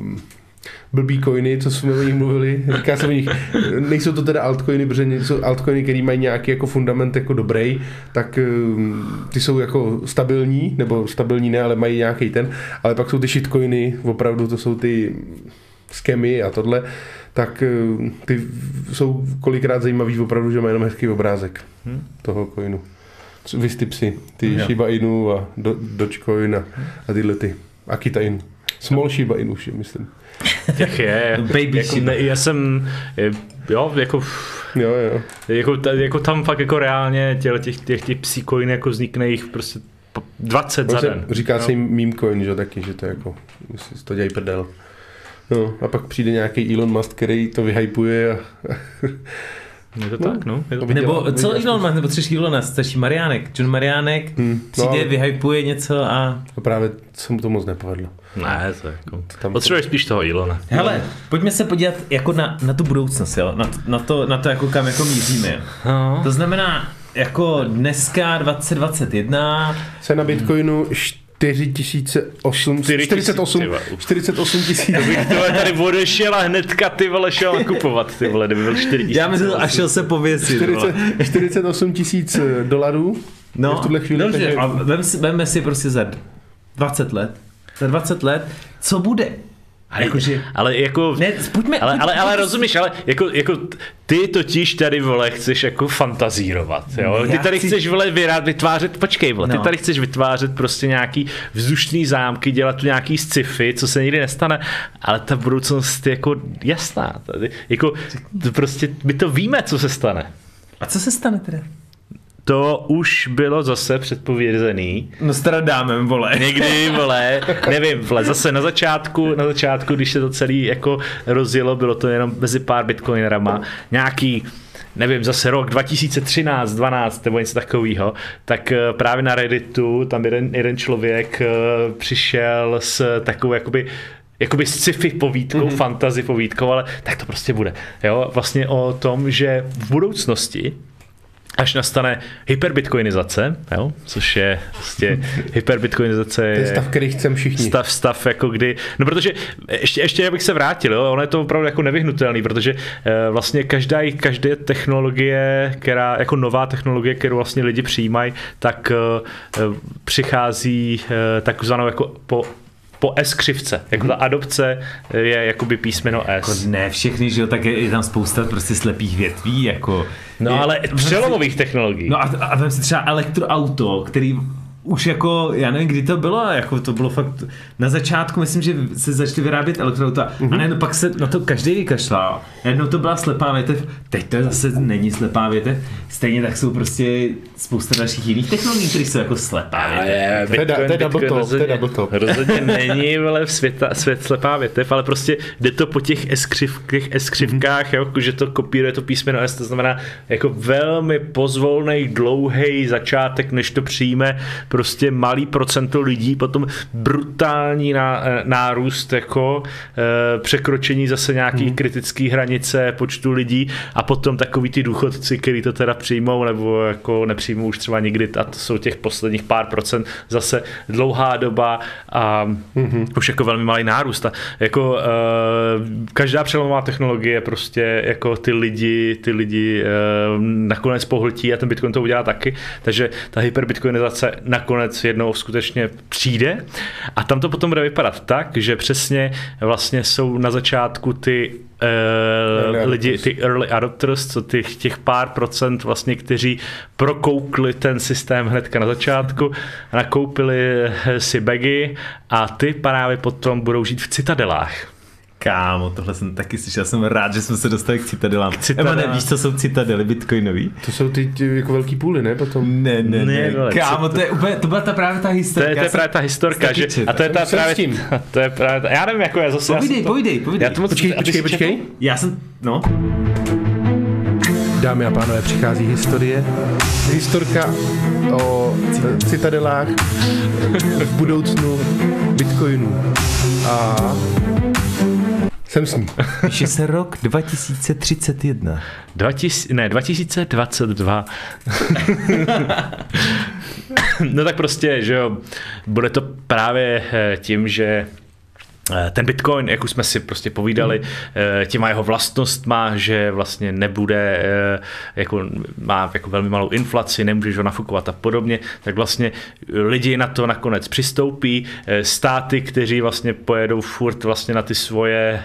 blbý coiny, co jsme o nich mluvili, říká se o nich, nejsou to teda altcoiny, protože jsou altcoiny, který mají nějaký jako fundament jako dobrý, tak ty jsou jako stabilní, nebo stabilní ne, ale mají nějaký ten, ale pak jsou ty shitcoiny, opravdu to jsou ty skemy a tohle, tak ty jsou kolikrát zajímavý opravdu, že mají jenom hezký obrázek toho coinu. Vystipsy, ty Shiba Inu a Dogecoin a tyhle ty Akita Inu. Small Shiba Inu, myslím. Těch je. Baby jako, já jsem, jo, jako tam fakt jako reálně těch psí coin jako vznikne jich prostě 20 za den. Říká se jim meme coin, že taky, že to jako, to dělají prdel. No, a pak přijde nějaký Elon Musk, který to vyhypuje a... Je to tak, no. Nebo co Elon Musk, nebo třeší Elon Musk, starší Mariánek. John Mariánek přijde, vyhypuje něco a... A právě se mu to moc nepovedlo. Ne, to jako... Potřebuješ spíš toho Elona. Hele, pojďme se podívat jako na tu budoucnost, jo? Na to jako kam jako míříme. Jo? To znamená, jako dneska 2021... Cena Bitcoinu 48 tisíc. Bych tohle tady odešel a hnedka ty vole šel nakupovat, ty vole, kdyby byl 4 000. Já myslím, a šel se pověsit. 48 tisíc dolarů. No, v tuhle chvíli, dobře, takže... a vemme si prostě za 20 let, co bude? Ale jako... Ne, pojďme, ale rozumíš, ale jako ty totiž tady, vole, chceš jako fantazírovat, jo? Ty tady chceš, vole, vytvářet, počkej, vole, ty tady chceš vytvářet prostě nějaký vzdušný zámky, dělat tu nějaký sci-fi, co se nikdy nestane, ale ta budoucnost je jako jasná. Tady, jako, to prostě, my to víme, co se stane. A co se stane teda? To už bylo zase předpovězený. Nostradamen, vole. Někdy, vole, nevím, vole, zase na začátku, když se to celý jako rozjelo, bylo to jenom mezi pár bitcoinerama, nějaký, nevím, zase rok 2013, 12 nebo něco takového, tak právě na Redditu tam jeden člověk přišel s takovou jakoby sci-fi povídkou, fantasy povídkou, ale tak to prostě bude. Jo? Vlastně o tom, že v budoucnosti až nastane hyperbitcoinizace, jo? Což je prostě hyperbitcoinizace. To je stav, který chceme všichni. Stav jako kdy, no protože ještě abych se vrátil, jo? Ono je to opravdu jako nevyhnutelný, protože vlastně každá technologie, která, jako nová technologie, kterou vlastně lidi přijímají, tak přichází takzvanou jako po S-křivce. Jako ta adopce je jakoby písmeno S. Jako ne všechny, že jo, tak je tam spousta prostě slepých větví, jako... No ale přelomových technologií. No a vem si třeba elektroauto, který už jako, já nevím, kdy to bylo, jako to bylo fakt, na začátku myslím, že se začaly vyrábět elektroauta a najednou pak se na to každý vykašlal. Najednou to byla slepá větev, teď to zase není slepá větev, stejně tak jsou prostě spousta dalších jiných technologií, které jsou jako slepá větev. To je double top. Rozhodně není, vole, svět slepá větev, ale prostě jde to po těch S-křivkách, jo, že to kopíruje to písmeno S, to znamená jako velmi pozvolnej, dlouhý začátek, než to přijme prostě malý procento lidí, potom brutální nárůst jako překročení zase nějaký kritický hranice počtu lidí a potom takový ty důchodci, který to teda přijmou nebo jako nepřijmou už třeba nikdy a to jsou těch posledních pár procent zase dlouhá doba a už jako velmi malý nárůst. A jako každá přelomová technologie prostě jako ty lidi nakonec pohltí a ten Bitcoin to udělá taky, takže ta hyperbitcoinizace nakonec jednou skutečně přijde a tam to potom bude vypadat tak, že přesně vlastně jsou na začátku ty lidi, ty early adopters, co těch pár procent vlastně, kteří prokoukli ten systém hnedka na začátku, nakoupili si bagy a ty právě potom budou žít v citadelách. Kámo, tohle jsem taky slyšel, jsem rád, že jsme se dostali k citadelám. Ema, nevíš, co jsou citadely bitcoinový? To jsou ty jako velký půly, ne? Potom... Ne. Kámo, to je úplně, to byla ta právě ta historka. To je právě ta historka, že, a to je ta právě, to je právě, já nevím, jako je zase... Povídej. Počkej. Já jsem, no. Dámy a pánové, přichází historie. Historka o citadelách v budoucnu bitcoinu. A jsem s ním. Píše se rok 2031. 2022. No tak prostě, že jo, bude to právě tím, že ten Bitcoin, jak už jsme si prostě povídali, těma jeho vlastnostma, že vlastně nebude, jako má jako velmi malou inflaci, nemůžeš ho nafukovat a podobně, tak vlastně lidi na to nakonec přistoupí, státy, kteří vlastně pojedou furt vlastně na ty svoje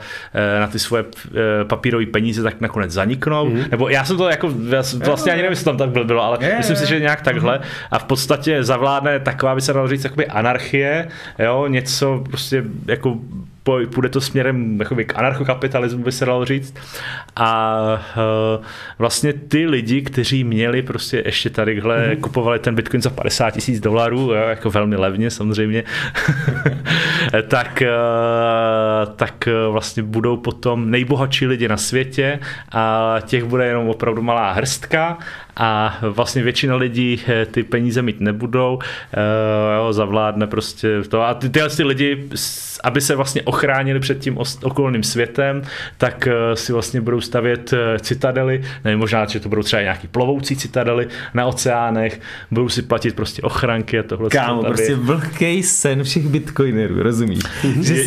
papírové peníze, tak nakonec zaniknou, nebo já jsem to jako, vlastně ani nevím, jestli tam tak bylo, ale myslím si, že nějak takhle a v podstatě zavládne taková, by se dalo říct, jakoby anarchie, jo, něco prostě jako půjde to směrem jakoby k anarchokapitalismu, by se dalo říct. A vlastně ty lidi, kteří měli prostě ještě tadyhle, kupovali ten Bitcoin za $50,000, jako velmi levně samozřejmě, tak vlastně budou potom nejbohatší lidi na světě a těch bude jenom opravdu malá hrstka a vlastně většina lidí ty peníze mít nebudou, zavládne prostě to a tyhle lidi, aby se vlastně ochránili před tím okolním světem, tak si vlastně budou stavět citadely, nevím, možná, že to budou třeba nějaký plovoucí citadely na oceánech, budou si platit prostě ochranky a tohle. Kámo, prostě vlhkej sen všech bitcoinerů, rozumíš? Že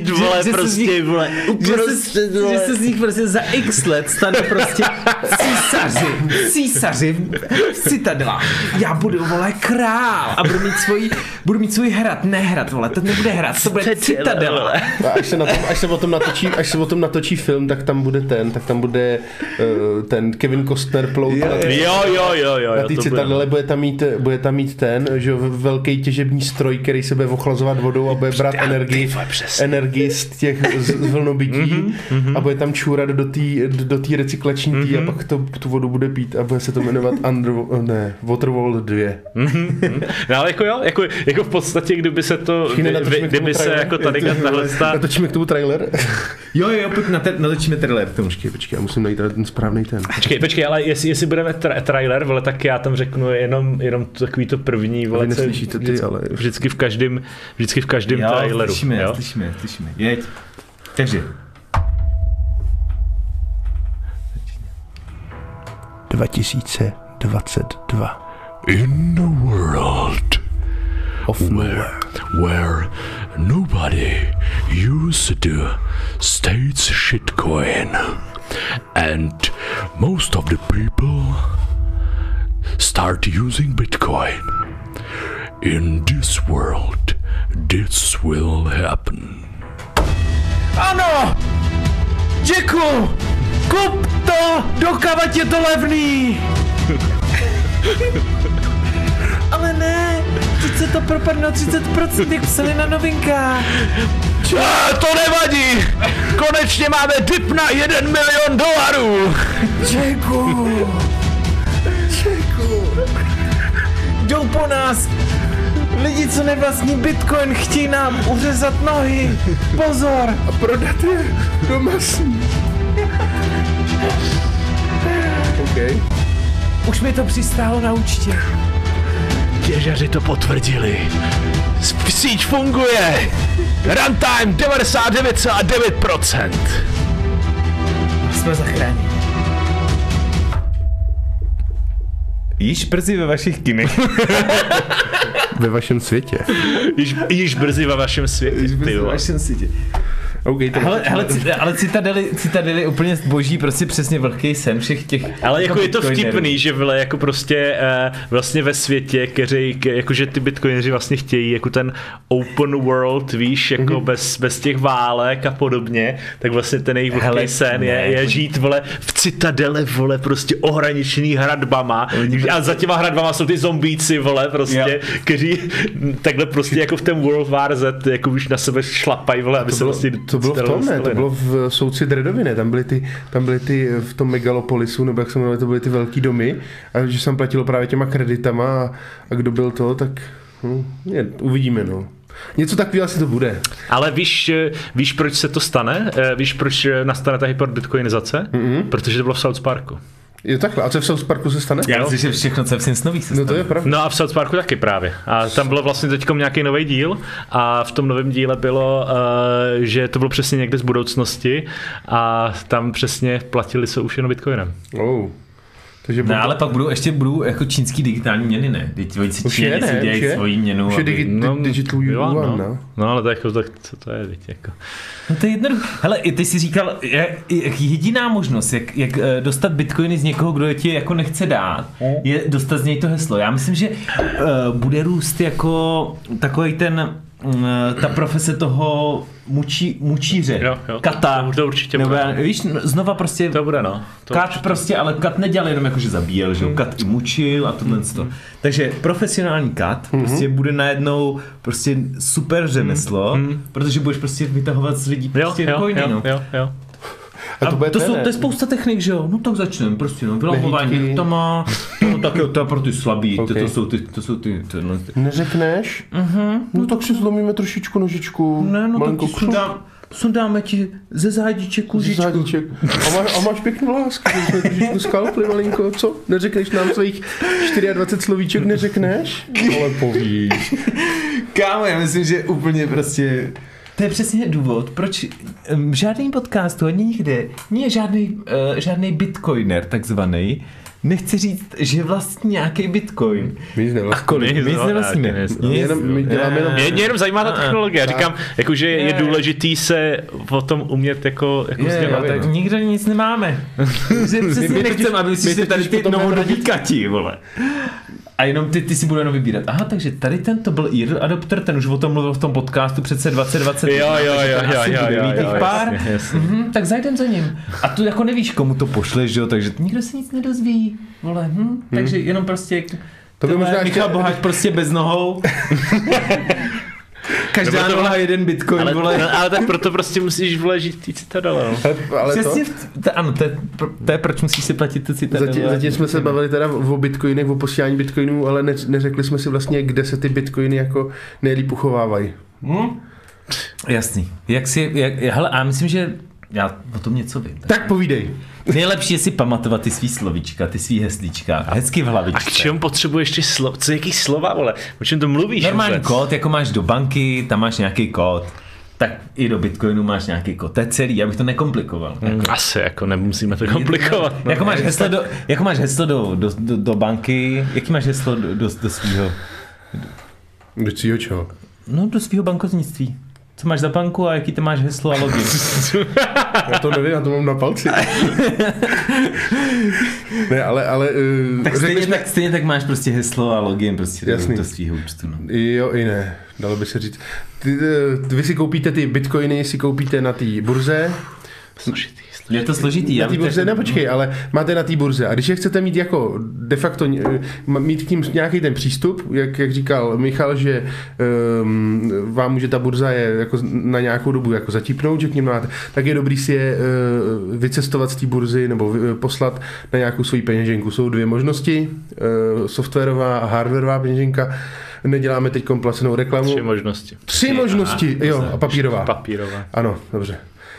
se z nich prostě za x let stane prostě císaři v citadelách. Já budu, vole, král a budu mít svůj hrad, vole, to nebude hrad, to bude citadela. Až se o tom natočí film, tak tam bude ten Kevin Costner plout. Jo. Na té citadele bude tam mít ten, že velký těžební stroj, který se bude ochlazovat vodou a bude brát energii z těch z vlnobytí a bude tam čůrat do té recyklační tý a pak tu vodu bude pít a bude se to jmenovat Waterworld 2. No ale jako v podstatě, kdyby se jako tady natočíme k tomu trailer? Jo, pojď natočíme trailer. Počkej, já musím najít ten správný ten. Počkej, ale jestli budeme trailer, vole, tak já tam řeknu jenom takový to první, vole, vždycky v každém traileru. Slyšíme. Jeď. Takže. 2022. In the world where nobody used the state's shitcoin and most of the people start using Bitcoin. In this world, this will happen. Ano! Jacku! Kup to! Dokávat je to levný! Ale ne! Teď se to propadne na 30%, jak psali na novinkách. To nevadí! Konečně máme dip na $1 milion! Jacku! Jdou po nás! Lidi, co nevlastní Bitcoin, chtějí nám uřezat nohy! Pozor! A prodat je do masní. Okay. Už mi to přistálo na účtě. Těžaři to potvrdili. Síť funguje! Runtime 99,9%. Jsme zachránili. Již brzy ve vašich kinech. Ve vašem světě. Již brzy ve vašem světě. Okay, ale citadely úplně zboží, prostě přesně velký sen všech těch. Ale jako je to vtipný, že vle, jako prostě vlastně ve světě, jakože ty bitcoineři vlastně chtějí jako ten open world, víš, jako bez těch válek a podobně, tak vlastně ten jejich velký sen je žít, vole, v citadele, vole, prostě ohraničený hradbama a za těma hradbama jsou ty zombíci, vole, prostě, kteří takhle prostě jako v ten World War Z, jako už na sebe šlapají, vole, aby se vlastně to bylo v tom, ne? To bylo v Soudci Dredovi, ne? Tam byly ty v tom megalopolisu, nebo jak se jmenovali, to byly ty velký domy a že jsem platilo právě těma kreditama a kdo byl to, tak uvidíme, no. Něco takového asi to bude. Ale víš, proč se to stane? Víš, proč nastane ta hyperbitcoinizace? Protože to bylo v South Parku. Je takhle, a co v South Parku se stane? Já myslím, že všechno, co je v Simpsonových se stane. No to je pravda. No a v South Parku taky právě. A tam bylo vlastně teďkom nějaký nový díl a v tom novém díle bylo, že to bylo přesně někde z budoucnosti a tam přesně platili se už jenom bitcoinem. Takže no, ale pak budou jako čínský digitální měny, ne? Teď si Číňani si dělají svoji měnu. Už je digital yuan, no. No ale to jako, tak, co to je, teď jako. No to je jednoduché. Hele, ty jsi říkal, jediná možnost, jak dostat bitcoiny z někoho, kdo je ti jako nechce dát, je dostat z něj to heslo. Já myslím, že bude růst jako takový ta profese toho mučíře, kata. To určitě bude. Víš, znova prostě to bude, no. Kat prostě, ale kat nedělal jenom jako, že zabíjel, že kat i mučil a tohle. Takže profesionální kat prostě bude najednou prostě super řemeslo, protože budeš prostě vytahovat z lidí prostě coiny, no. Jo. A to je spousta technik, že jo? No tak začneme, prostě no, vylamování to má, to je pro ty slabý, okay. to jsou ty. Neřekneš? No tak si zlomíme trošičku nožičku, ne, no malinko tak sundáme ti ze zádiček kůžičku. A máš pěknou lásku, že jsme trošičku skalpli malinko, co? Neřekneš nám svých 24 slovíček, neřekneš? Ale povíš. Kámo, já myslím, že úplně prostě... To je přesně důvod, proč v žádném podcastu ani nikde nie je žádný bitcoiner takzvaný, nechci říct, že vlastní nějaký bitcoin. My nic nevlastníme. A kolik? My nic nevlastníme. Mě jenom zajímá ta technologie. Říkám, jakože je důležitý se o tom umět jako sdělat. Tak nikdo nic nemáme. Přesně nechcem, aby si tady ty novodobí kati, vole. A jenom ty si budou jenom vybírat. Aha, takže tady tento byl early adopter, ten už o tom mluvil v tom podcastu přece 2020. Jo. Tak zajdem za ním. A tu jako nevíš, komu to pošleš, jo, takže nikdo se nic nedozví. Vole, takže jenom prostě... To by možná Michal Boháč prostě bez nohou. Každá noha jeden bitcoin, ale tak proto prostě musíš vložit ty Citadele. Přesně, ano, to je proč musíš si platit ty Citadele. Zatím jsme se bavili teda o bitcoinech, o posílání bitcoinů, ale neřekli jsme si vlastně, kde se ty bitcoiny jako nejlíp uchovávají. Jasný. Hele, a myslím, že já o tom něco vím. Tak povídej. Nejlepší je si pamatovat ty svý slovíčka, ty svý heslíčka. Hezky v hlavičce. A k čemu potřebuješ ty slova? Co jaký slova, vole? O čem to mluvíš? Normální kód, jako máš do banky, tam máš nějaký kód. Tak i do Bitcoinu máš nějaký kód. To je celý, abych to nekomplikoval. Asi, jako nemusíme to komplikovat. No. Jako máš heslo do banky, jaký máš heslo do svýho? Do svýho čeho? No, do svýho bankovnictví. Co máš za banku a jaký ty máš heslo a login? Já to nevím, já to mám na palci. Ne, ale tak stejně tak máš prostě heslo a login prostě do svýho účtu. No. Jo i ne, dalo by se říct. Vy si koupíte ty bitcoiny, si koupíte na té burze. Je to složitý. Na té burze, počkej, ale máte na té burze. A když je chcete mít jako de facto, mít k tím nějaký ten přístup, jak říkal Michal, že vám může ta burza je jako na nějakou dobu jako zatípnout, že k ním máte, tak je dobrý si je vycestovat z té burzy nebo poslat na nějakou svoji peněženku. Jsou dvě možnosti, softwarová a hardwarová peněženka. Neděláme teď placenou reklamu. Tři možnosti, jo, a papírová. Ano, dobře.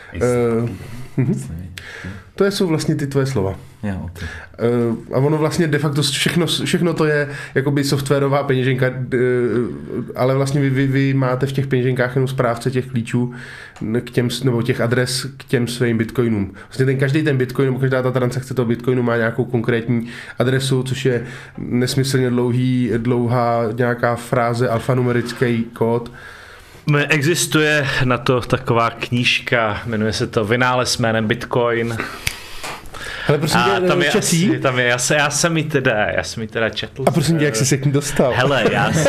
To jsou vlastně ty tvoje slova. A ono vlastně de facto všechno to je jakoby softwarová peněženka, ale vlastně vy máte v těch peněženkách jenom správce těch klíčů k těm, nebo těch adres k těm svým bitcoinům. Vlastně každý ten bitcoin nebo každá ta transakce toho bitcoinu má nějakou konkrétní adresu, což je nesmyslně dlouhá nějaká fráze, alfanumerický kód. Existuje na to taková knížka, jmenuje se to Vynález jménem Bitcoin. Ale prosím tě, tam je, já jsem ji teda četl. A prosím tě, jak jsi se k ní dostal? Hele,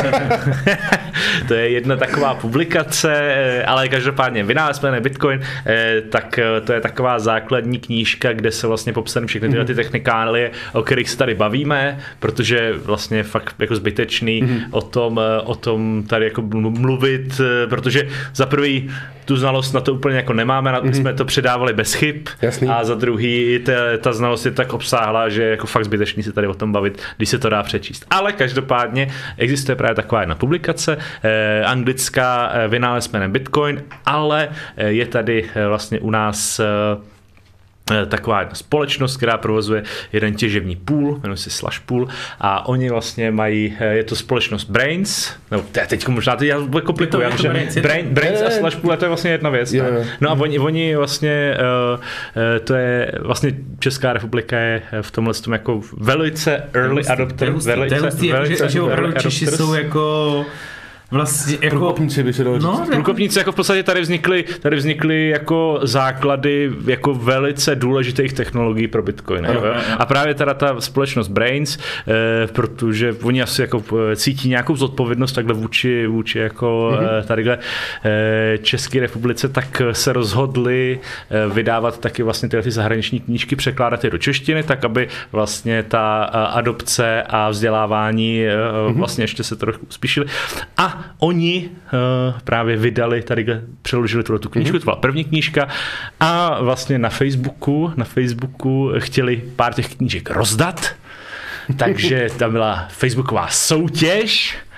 to je jedna taková publikace, ale každopádně Vynález jménem Bitcoin, tak to je taková základní knížka, kde se vlastně popsané všechny tyhle ty technikálie, o kterých se tady bavíme, protože vlastně je fakt jako zbytečný o tom tady jako mluvit, protože za prvý tu znalost na to úplně jako nemáme, my jsme to předávali bez chyb. Jasný. A za druhý ta znalost je tak obsáhlá, že je jako fakt zbytečný se tady o tom bavit, když se to dá přečíst. Ale každopádně existuje právě taková jedna publikace, anglická, Vynález jménem Bitcoin, ale je tady vlastně u nás taková jedna společnost, která provozuje jeden těžební pool, jmenuje se Slush Pool, a oni vlastně mají, je to společnost Brains, nebo teď možná já komplikuju, Brains a Slush Pool, to je vlastně jedna věc. No a oni vlastně, to je vlastně Česká republika je v tomhle tom jako velice early adopter. Že opravdu Češi jsou jako vlastně jako průkopníci by se dalo říct. Průkopníci jako v podstatě tady vznikly jako základy jako velice důležitých technologií pro Bitcoin. A právě teda ta společnost Brains, protože oni asi jako cítí nějakou zodpovědnost takhle vůči jako tadyhle České republice, tak se rozhodli vydávat taky vlastně tyhle ty zahraniční knížky, překládat je do češtiny, tak aby vlastně ta adopce a vzdělávání vlastně ještě se trochu uspíšily. A oni právě vydali, tady přeložili tu knížku, to byla první knížka, a vlastně na Facebooku chtěli pár těch knížek rozdat, takže tam byla facebooková soutěž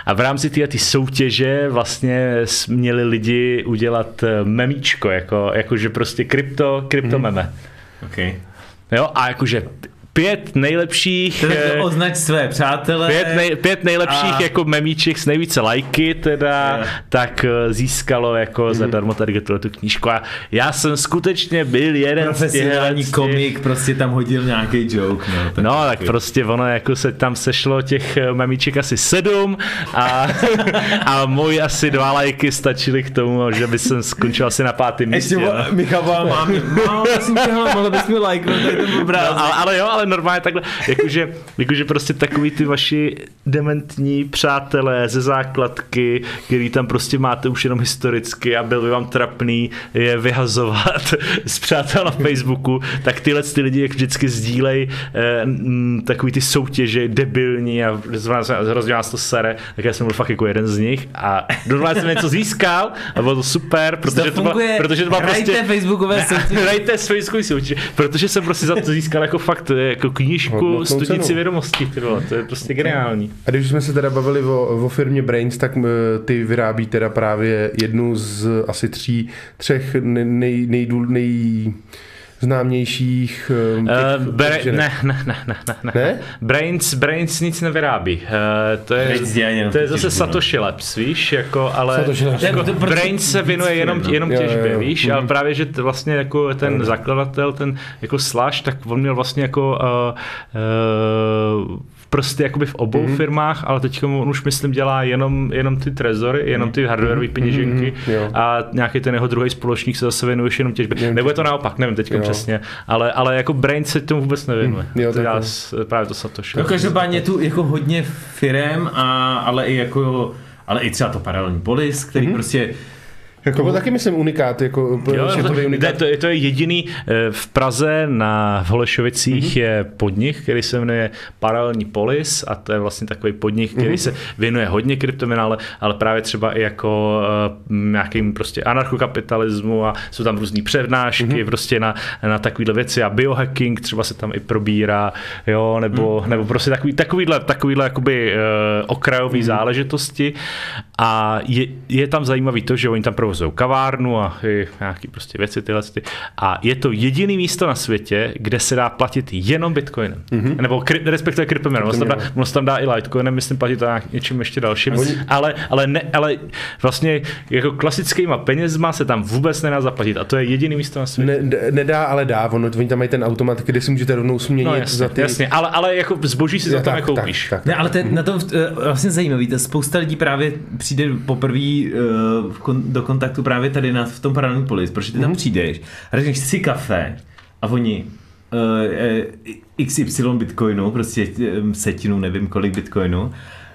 A v rámci ty soutěže vlastně měli lidi udělat memíčko, jakože prostě krypto meme. Okay. Jo, a jakože 5 nejlepších... Označ své přátele. 5 nejlepších jako memíček s nejvíce lajky teda, tak získalo jako zadarmo tady tu knížku. A já jsem skutečně byl jeden z těch... Profesionální komik prostě tam hodil nějaký joke. No tak prostě ono jako se tam sešlo těch memíček asi 7 a můj asi 2 lajky stačily k tomu, že by jsem skončil asi na 5. místě. Ještě Michal mám, prosím tě, mohla bys mi lajknout tady ten obrázek. Ale normálně takhle, jakože prostě takový ty vaši dementní přátelé ze základky, který tam prostě máte už jenom historicky a byl by vám trapný je vyhazovat z přátel na Facebooku, tak tyhle ty lidi jak vždycky sdílej takový ty soutěže debilní a hrozně vás to sere, tak já jsem byl fakt jako jeden z nich a normálně jsem něco získal a bylo to super, protože to byla prostě... Facebookové soutěže. Hrajte s Facebookové soutěže, protože jsem prostě za to získal jako fakt jako knížku Studnici vědomostí, to je prostě geniální. A když jsme se teda bavili o firmě Brains, tak ty vyrábí teda právě jednu z asi 3 nejznámějších... Ne? Brains nic nevyrábí. To je zase Satoshi Labs, víš, jako, ale jako Brains se věnuje jenom těžbě, víš, ale právě, že vlastně jako ten zakladatel, ten jako Slash, tak on měl vlastně jako prostě jakoby v obou firmách, ale teď on už myslím dělá jenom ty trezory, jenom ty hardwareové peněženky a nějaký ten jeho druhý společník se zase věnuje jenom těžbě. Nebo je to naopak, nevím teďka přesně, ale jako Brain se tomu vůbec nevěnuje. Právě to Satoshi. No každopádně tu jako hodně firem, ale i třeba to Paralelní Polis, který prostě jako taky myslím unikát, jako unikát. To je jediný v Praze v Holešovicích je podnik, který se jmenuje Paralelní Polis a to je vlastně takový podnik, který se věnuje hodně kryptoměnám, ale právě třeba i jako nějakým prostě anarchokapitalismu a jsou tam různý přednášky prostě na takovýhle věci a biohacking třeba se tam i probírá, jo, nebo prostě takovýhle jakoby okrajový záležitosti a je tam zajímavý to, že oni tam provozují kavárnu a nějaký prostě věci tyhle. A je to jediný místo na světě, kde se dá platit jenom bitcoinem. Nebo respektive kryptoměnou. Ono se tam dá i litecoinem, myslím platit to něčím ještě dalším. Ale vlastně jako klasickýma penězma se tam vůbec nedá zaplatit. A to je jediný místo na světě. Nedá, ale dá. Oni tam mají ten automat, kde si můžete rovnou směnit za ty... Jasně, ale jako zboží si za to nekoupíš. Ne, ale na tom vlastně zajímavý. Spousta lidí právě přijde poprvé do kontaktu právě tady v tom Paralelní Polis, protože ty tam přijdeš a řekneš si kafe a oni XY bitcoinu, prostě setinu, nevím kolik bitcoinu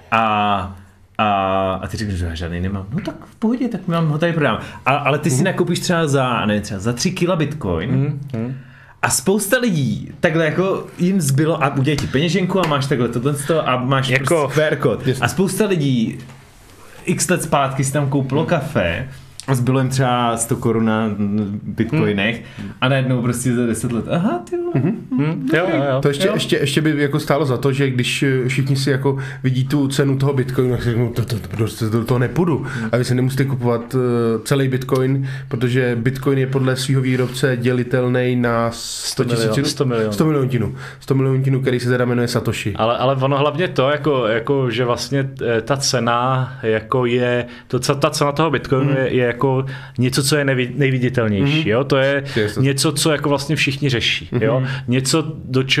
a ty řekneš, že já žádný nemám. No tak v pohodě, tak mám ho tady prodám. Ale ty si nakoupíš třeba za 3 kila bitcoin a spousta lidí takhle jako jim zbylo a udělají ti peněženku a máš takhle tohle a máš jako prostě QR kód. A spousta lidí x let zpátky si tam koupilo kafe a zbylo jim třeba 100 korun na bitcoinech a najednou prostě za 10 let, aha, ty jo. To ještě by jako stálo za to, že když všichni si jako vidí tu cenu toho bitcoinu, tak si řeknou, do toho nepůjdu. A vy si nemusíte kupovat celý bitcoin, protože bitcoin je podle svého výrobce dělitelný na 100 milionů, který se teda jmenuje Satoshi. Ale ono hlavně to, jako že vlastně ta cena, jako je, ta cena toho bitcoinu je jako něco, co je nejviditelnější, jo? To je něco, co jako vlastně všichni řeší, jo? Něco,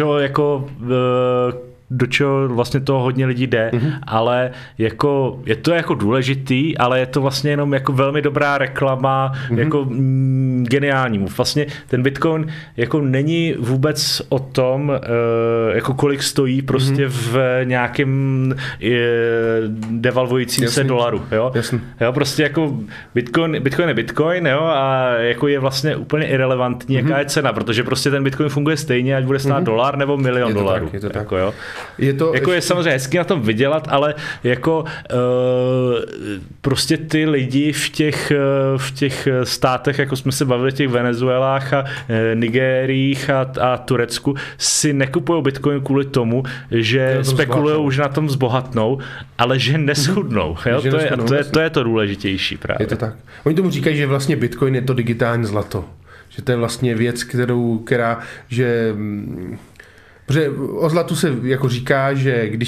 do čeho vlastně toho hodně lidí jde, ale jako, je to jako důležitý, ale je to vlastně jenom jako velmi dobrá reklama, jako geniální. Vlastně ten Bitcoin jako není vůbec o tom, jako kolik stojí prostě v nějakém devalvujícím se dolaru, jo? Jo, prostě jako Bitcoin je Bitcoin, jo, a jako je vlastně úplně irelevantní, jaká je cena, protože prostě ten Bitcoin funguje stejně, ať bude stát $1 nebo $1 000 000. Jo. je samozřejmě hezký na tom vydělat, ale jako prostě ty lidi v těch státech, jako jsme se bavili, těch Venezuelách a Nigériích a Turecku, si nekupují Bitcoin kvůli tomu, že spekulují, že na tom zbohatnou, ale že neschudnou. Jo? To je to důležitější právě. Je to tak. Oni tomu říkají, že vlastně Bitcoin je to digitální zlato. Že to je vlastně věc, protože o zlatu se jako říká, že když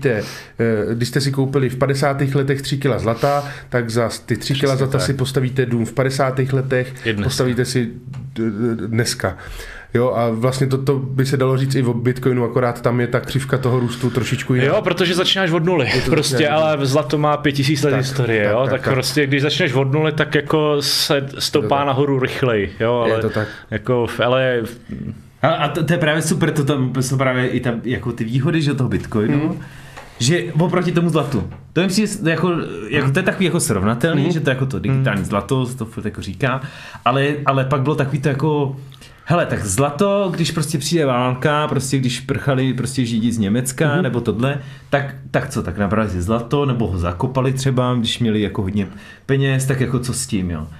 jste si koupili v 50. letech 3 kg zlata, tak za ty 3 kg zlata si postavíte dům v 50. letech, postavíte si dneska. Jo, a vlastně to by se dalo říct i o Bitcoinu, akorát tam je ta křivka toho růstu trošičku jiná. Jo, protože začínáš od nuly, prostě, ale zlato má 5000 let historie, jo, tak prostě když začneš od nuly, tak jako se stoupá nahoru rychleji, jo, ale je to tak. Jako, ale... A to je právě super, to jsou právě i tam, jako ty výhody, že toho Bitcoinu, že oproti tomu zlatu. To mi přijde jako to je takový jako srovnatelný, že to je jako to digitální zlato, to furt jako říká, ale pak bylo takový to jako hele, tak zlato, když prostě přijde válka, prostě když prchali prostě Židi z Německa nebo tohle, tak co, tak nabrali si zlato, nebo ho zakopali třeba, když měli jako hodně peněz, tak jako co s tím, jo.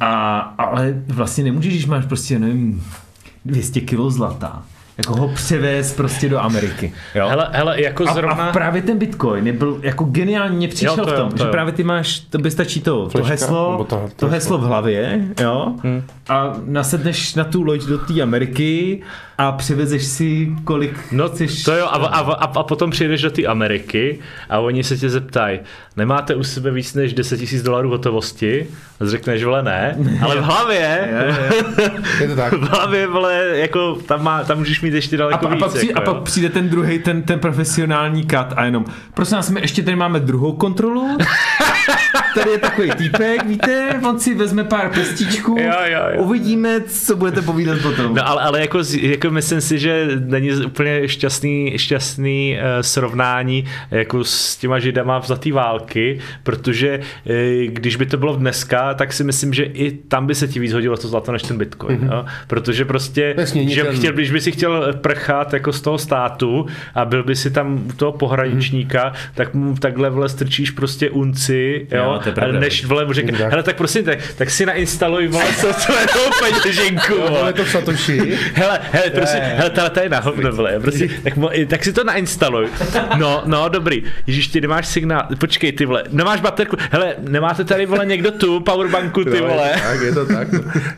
Ale vlastně nemůžeš, když máš prostě, nevím, 200 kilo zlata, jako ho převést prostě do Ameriky. Jo? Hele, jako zrovna... A právě ten Bitcoin byl jako geniálně přišel v tom, že právě ty máš, to by stačí to heslo v hlavě, jo? A nasedneš na tu loď do té Ameriky a přivezeš si kolik chceš. To jo, a potom přijedeš do té Ameriky a oni se tě zeptají, nemáte u sebe víc než $10,000 hotovosti? A řekneš, vole, ne, ale v hlavě, je to tak. V hlavě, vole, jako tam můžeš mít ještě daleko víc. A pak přijde ten druhej, ten profesionální cut a jenom, prosím nás, my ještě tady máme druhou kontrolu, tady je takový týpek, víte, on si vezme pár pestičků, uvidíme, co budete povídat potom. No ale jako myslím si, že není úplně šťastný srovnání jako s těma Židama za té války, protože když by to bylo dneska, tak si myslím, že i tam by se ti víc hodilo to zlato než ten Bitcoin. Jo? Protože prostě, když by si chtěl prchat jako z toho státu a byl by si tam u toho pohraničníka, tak mu takhle vle strčíš prostě unci, jo? Než vole mu řekne, hele, tak prosím, tak si nainstaluj vole softwarovou peněženku. Hele, to v Satoshi. Hele, prosím, hele, tady je na hovno, vole, prostě, tak si to nainstaluj. No, dobrý. Ježíš, ty nemáš signál, počkej, ty vole, nemáš baterku, hele, nemáte tady, vole, někdo tu powerbanku, ty vole. Je to tak.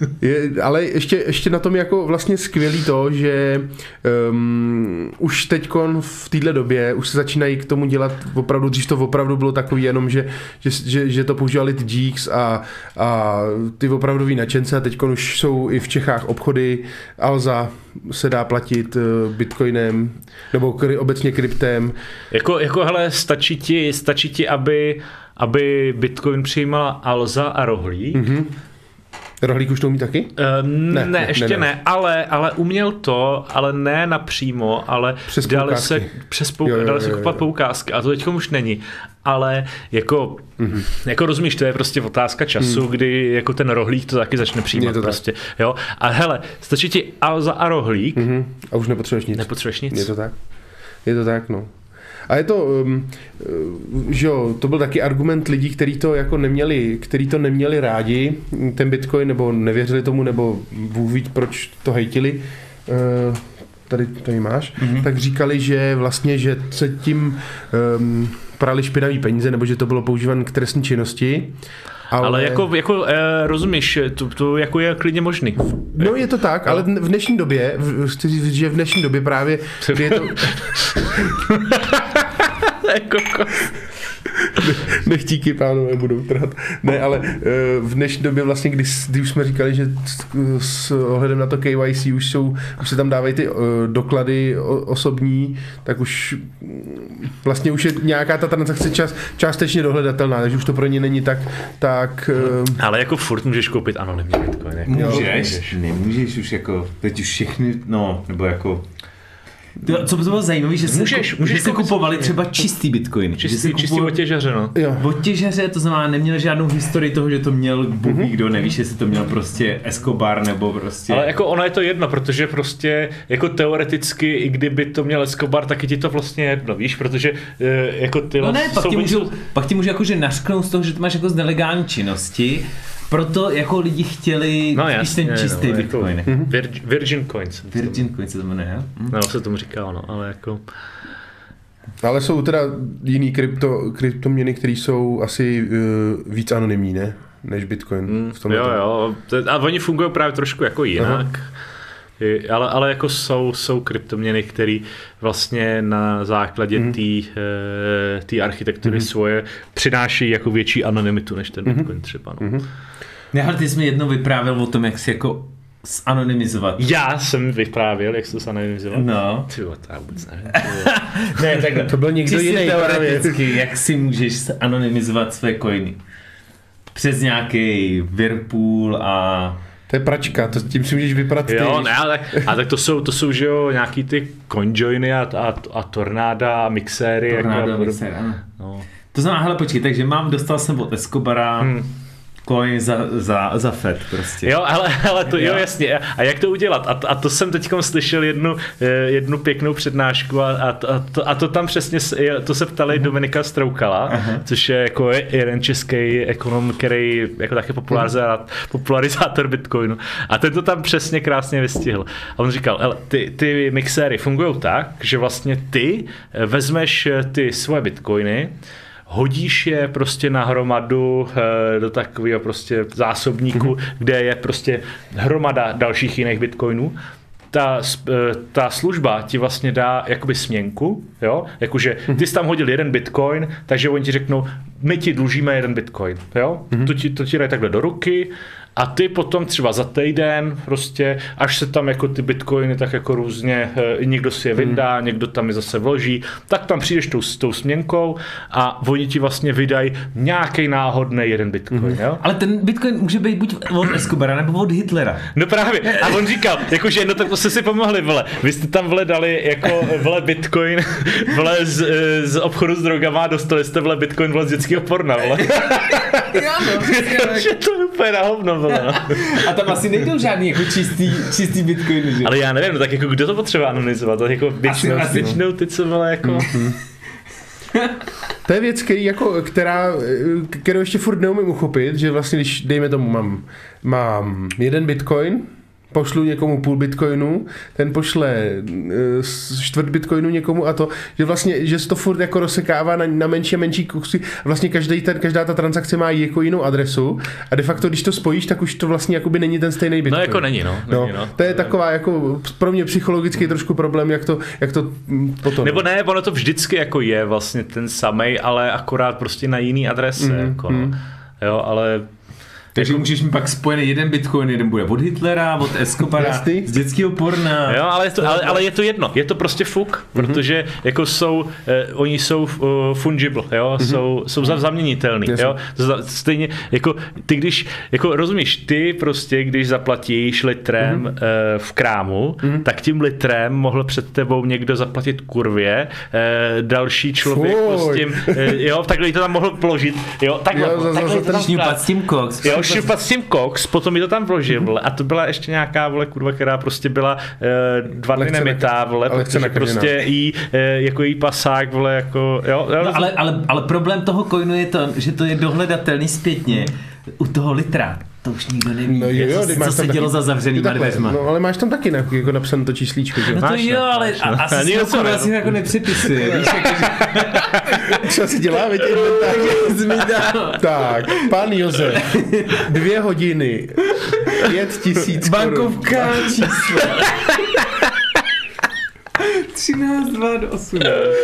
Ale ještě na tom jako vlastně skvělý to, že už teďkon v téhle době už se začínají k tomu dělat opravdu, dřív to opravdu bylo takový jenom, že to používali ty geeks a ty opravdoví nadšence a teďkon už jsou i v Čechách obchody, Alza se dá platit bitcoinem nebo obecně kryptem. Jako hele, stačí ti, aby Bitcoin přijímala Alza a Rohlík. Rohlík už to umí taky? Ne, ještě ne, ale uměl to, ale ne napřímo, ale dali se kupovat poukázky a to teďkom už není. Ale jako rozumíš, to je prostě otázka času, kdy jako ten Rohlík to taky začne přijímat prostě. Jo? A hele, stačí ti Alza a Rohlík. A už nepotřebuješ nic. Je to tak, no. A je to, že jo, to byl taky argument lidí, kteří to neměli rádi, ten Bitcoin, nebo nevěřili tomu, nebo Bůh ví, proč to hejtili, tady máš, tak říkali, že vlastně, že se tím prali špinavý peníze, nebo že to bylo používané k trestní činnosti. Ale jako rozumíš, to jako je klidně možný. No je to tak, ale v dnešní době, že v dnešní době právě, kdy je to... Nechtíky, pánové, budou trhat. Ne, ale v dnešní době vlastně, když už jsme říkali, že s ohledem na to KYC už se tam dávají ty doklady osobní, tak už vlastně už je nějaká ta transakce částečně dohledatelná, takže už to pro ně není tak ale jako furt můžeš koupit anonymně Bitcoin. Nemůžeš už jako, teď už všechny, no, nebo jako Co by to bylo zajímavé, že se Můžeš kupovali třeba čistý bitcoin. Čistý otěžaře, no. Otěžaře, to znamená, neměl žádnou historii toho, že to měl Bůh kdo, nevíš, jestli to měl prostě Escobar nebo prostě... Ale jako ono je to jedno, protože prostě jako teoreticky, i kdyby to měl Escobar, taky ti to vlastně jedno, víš, protože jako ty... No ne, pak ti můžu jakože nařknout z toho, že to máš jako z nelegální činnosti. Proto jako lidi chtěli spíš ten čistý bitcoin. Jako Virgin Coins. Virgin Coins se to jmenuje, jo? No, se tomu říká, no, ale jako... Ale jsou teda jiný kryptoměny, které jsou asi víc anonymní, ne? Než bitcoin. V jo. A oni fungují právě trošku jako jinak. Ale jako jsou kryptoměny, které vlastně na základě té architektury svoje přináší jako větší anonymitu než ten bitcoin třeba. No. Ale ty jsi mi jednou vyprávěl o tom, jak si jako zanonymizovat. Já jsem vyprávěl, jak se to zanonymizovat. No. Tyjo, to já vůbec nevím. Ne, takhle. To byl někdo jiný. Teoreticky, jak si můžeš anonymizovat své coiny? Přes nějaký Whirlpool a... To je pračka, tím si můžeš vypadat ty. Jo, ne, ale tak to jsou že jo, nějaký ty CoinJoiny a Tornáda a mixéry. Tornáda a mixéry, ano. No. To znamená, hele, počkej, takže dostal jsem od Escobara coin za FED prostě. Jo, ale to jo, jasně. A jak to udělat? A to jsem teďkom slyšel jednu pěknou přednášku a to tam přesně, to se ptali Dominika Stroukala, což je jako jeden český ekonom, který jako taky popularizátor Bitcoinu. A ten to tam přesně krásně vystihl. A on říkal, ty mixéry fungují tak, že vlastně ty vezmeš ty svoje Bitcoiny, hodíš je prostě na hromadu do takového prostě zásobníku, kde je prostě hromada dalších jiných bitcoinů. Ta služba ti vlastně dá jakoby směnku, jo? Jakože ty jsi tam hodil jeden bitcoin, takže oni ti řeknou, my ti dlužíme jeden bitcoin, jo? To ti dají takhle do ruky a ty potom třeba za týden prostě, až se tam jako ty bitcoiny tak jako různě, někdo si je vyndá, někdo tam je zase vloží, tak tam přijdeš s tou směnkou a oni ti vlastně vydají nějaký náhodný jeden bitcoin, jo? Ale ten bitcoin může být buď od Escobara nebo od Hitlera. No právě, a on říkal, jakože no tak to jste si pomohli, vole, vy jste tam vole dali jako vole bitcoin, vole z obchodu s drogama, dostali jste vole bitcoin vole z dětského porna, vole. Že to je úplně na hovno, vole. A tam asi nejdou žádný jako čistý bitcoiny, že? Ale já nevím, no tak jako kdo to potřeba anonymizovat, tak jako většinou ty, co vole jako... To je věc, kterou ještě furt neumím uchopit, že vlastně když, dejme tomu, mám jeden bitcoin, pošlu někomu půl bitcoinu, ten pošle čtvrt bitcoinu někomu a to, že vlastně, že se to furt jako rozsekává na menší a menší kusy a vlastně každá ta transakce má jako jinou adresu a de facto, když to spojíš, tak už to vlastně jakoby není ten stejný bitcoin. No jako není, no. To je taková jako pro mě psychologicky trošku problém, jak to potom. Nebo ne, ono to vždycky jako je vlastně ten samej, ale akorát prostě na jiný adrese, jako no. Jo, ale takže můžeš mi pak spojený jeden bitcoin, jeden bude od Hitlera, od Escobara, z dětského porna. Jo, ale je to jedno, je to prostě fuk, protože jako oni jsou fungible, jo, jsou zaměnitelný, jo. Stejně jako ty když, jako rozumíš, ty prostě, když zaplatíš litrem v krámu, tak tím litrem mohl před tebou někdo zaplatit kurvě, další člověk prostě, jo, takhle to tam mohl položit, jo, takhle šňupat s tím koks. šupat s tím koks, potom mi to tam vložil, a to byla ještě nějaká, vole, kurva, která prostě byla 2 dny nemytá, vole, protože prostě jako jí pasák, vole, jako, jo. No, ale problém toho coinu je to, že to je dohledatelný zpětně u toho litra. To už nikdo neví, no jo, co se dělo za zavřenýma dveřma. No ale máš tam taky jako napsané to číslíčko, že? No to máš, jo, ale asi se jako nepřepisuje, víš, co se dělá, veď inventář. Tak, pan Josef, 2 hodiny, 5 000 korun. Bankovka číslo. 13, 2 do 8.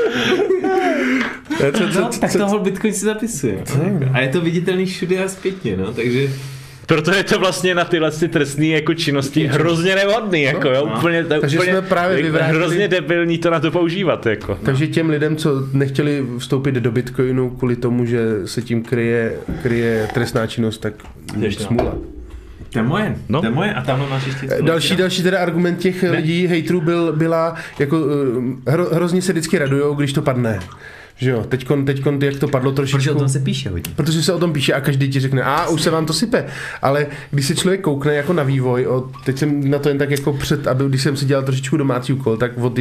Tak toho Bitcoin si zapisuje. A je to viditelný všude a zpětně, no, takže... Proto je to vlastně na tyhle trestné jako činnosti hrozně nevhodný, jako jo, úplně, takže úplně jsme právě vyvrátili, hrozně debilní to na to používat, jako. Takže těm lidem, co nechtěli vstoupit do Bitcoinu kvůli tomu, že se tím kryje trestná činnost, tak smůla. To je moje, No. to je moje a tam máš ještě... Další teda argument těch lidí, hejtrů byla jako hrozně se vždycky radujou, když to padne. Že jo, teďkon, jak to padlo trošičku. Protože o tom se píše hodně. Protože se o tom píše a každý ti řekne, už se vám to sype. Ale když se člověk koukne jako na vývoj, teď jsem na to jen tak jako když jsem si dělal trošičku domácí úkol, tak od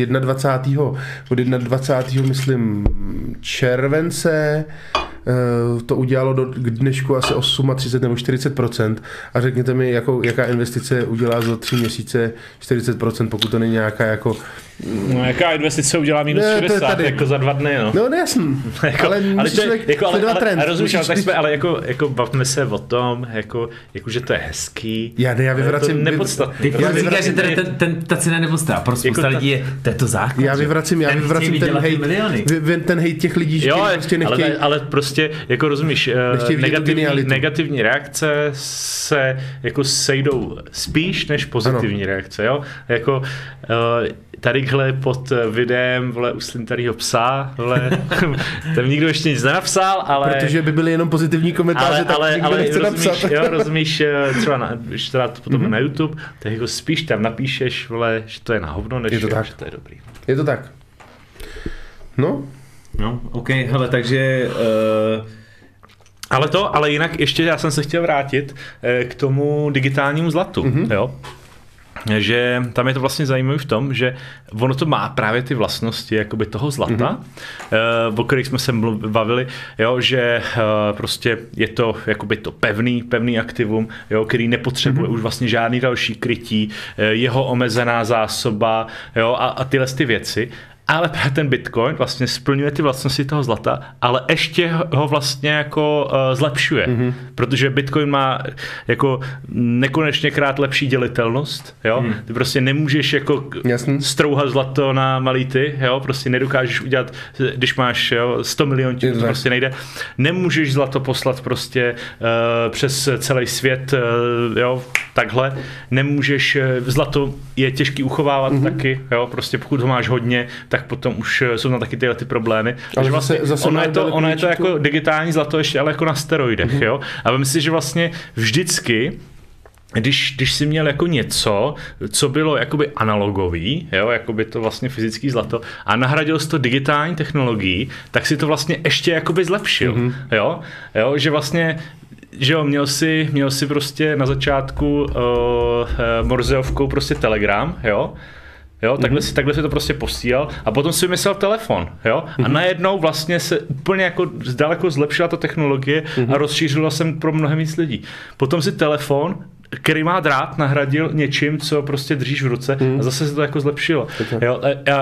21. myslím července to udělalo k dnešku asi 38 nebo 40% a řekněte mi, jaká investice udělá za 3 měsíce 40%, pokud to není nějaká jako... No, jaká investice udělá minus 60, jako za 2 dny, no. No, nejasný, ale musíš člověk sledovat trend. Ale rozumíš, ale jako bavme se o tom, jako že to je hezký. Já vyvracím... To je nepodstatný. Ty říkáš, že ta cena nepostává, pro spousta lidí je to základ. Já vyvracím ten hejt těch lidí, že prostě nechtějí... Ale prostě, jako rozumíš, negativní reakce se jako sejdou spíš než pozitivní reakce, jo? Jako tadyhle pod videem, vole, u slintarýho psa, vole, tam nikdo ještě nic nenapsal, ale... Protože by byly jenom pozitivní komentáře, tak nikdo nechce napsat. Jo, rozumíš, třeba když to dáte potom na YouTube, tak jako spíš tam napíšeš, vole, že to je na hovno, než že to je dobrý. Je to tak. No, ok, hele, takže... Ale jinak ještě já jsem se chtěl vrátit k tomu digitálnímu zlatu, jo? Že tam je to vlastně zajímavé v tom, že ono to má právě ty vlastnosti jakoby toho zlata, o kterých jsme se bavili, jo, že prostě je to jakoby to pevný aktivum, jo, který nepotřebuje už vlastně žádný další krytí, jeho omezená zásoba, jo, a tyhle ty věci. Ale právě ten Bitcoin vlastně splňuje ty vlastnosti toho zlata, ale ještě ho vlastně jako zlepšuje, protože Bitcoin má jako nekonečněkrát lepší dělitelnost, jo, ty prostě nemůžeš jako strouhat zlato na malý ty, jo, prostě nedokážeš udělat, když máš 100 milionů, to prostě nejde, nemůžeš zlato poslat prostě přes celý svět, jo, takhle, nemůžeš, zlato je těžký uchovávat taky, jo, prostě pokud ho máš hodně, tak potom už jsou tam taky tyhle ty problémy. Takže vlastně ono je to jako digitální zlato ještě ale jako na steroidech, jo. A vem si, že vlastně vždycky když jsi měl jako něco, co bylo jakoby analogový, jo, jakoby to vlastně fyzický zlato, a nahradil jsi to digitální technologií, tak si to vlastně ještě jakoby zlepšil, jo, že vlastně že jo, měl si prostě na začátku morzeovkou prostě Telegram, jo, takhle si to prostě posílal a potom si vymyslel telefon, jo, a najednou vlastně se úplně jako zdaleko zlepšila ta technologie a rozšířila se pro mnohem víc lidí. Potom si telefon, který má drát, nahradil něčím, co prostě držíš v ruce a zase se to jako zlepšilo. Jo,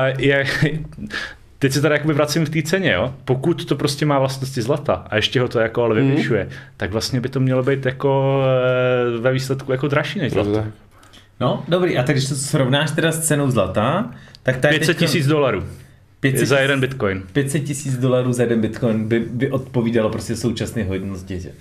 teď se tady jakoby vracím v té ceně, jo. Pokud to prostě má vlastnosti zlata a ještě ho to jako ale vyvyšuje, tak vlastně by to mělo být jako ve výsledku jako dražší než zlato. No, dobrý, a tak když to srovnáš teda s cenou zlata, tak tady $500,000 za jeden bitcoin. $500,000 za jeden bitcoin by odpovídalo prostě současné hodnotě, že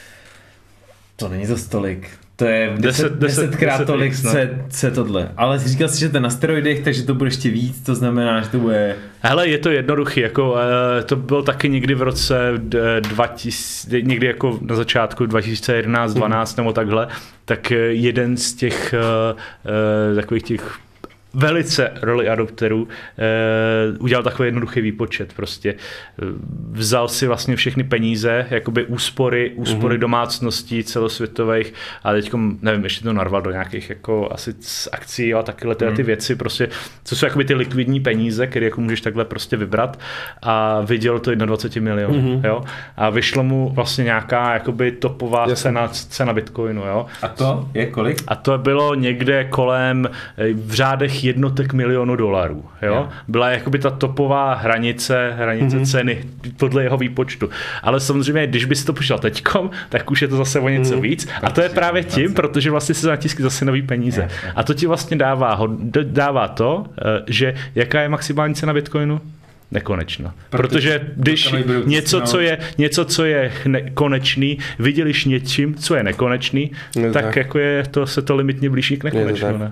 to není za stolik. To je 10krát tolik se tohle. Ale říkal jsi, že to je na steroidech, takže to bude ještě víc, to znamená, že to bude... Hele, je to jednoduchý, jako to bylo taky někdy v roce 2000, někdy jako na začátku 2011, 12 nebo takhle, tak jeden z těch takových těch velice roli adopterů udělal takový jednoduchý výpočet, prostě vzal si vlastně všechny peníze, jakoby úspory domácností celosvětových a teďkom, nevím, ještě to narval do nějakých jako asi akcí a takhle ty věci, prostě, co jsou jakoby ty likvidní peníze, které jako můžeš takhle prostě vybrat a viděl to 21 milionů, jo, a vyšlo mu vlastně nějaká jakoby topová cena Bitcoinu, jo. A to je kolik? A to bylo někde kolem v řádech jednotek milionů dolarů, jo. Byla jakoby ta topová hranice ceny podle jeho výpočtu. Ale samozřejmě, když bys to pošel teďkom, tak už je to zase o něco víc. A to je právě tím, protože vlastně se zatiskly zase nový peníze. A to ti vlastně dává to, že jaká je maximální cena Bitcoinu? Nekonečná. Protože když něco, co je konečný, vydělíš něčím, co je nekonečný, tak jako se to limitně blíží k nekonečnu. Ne?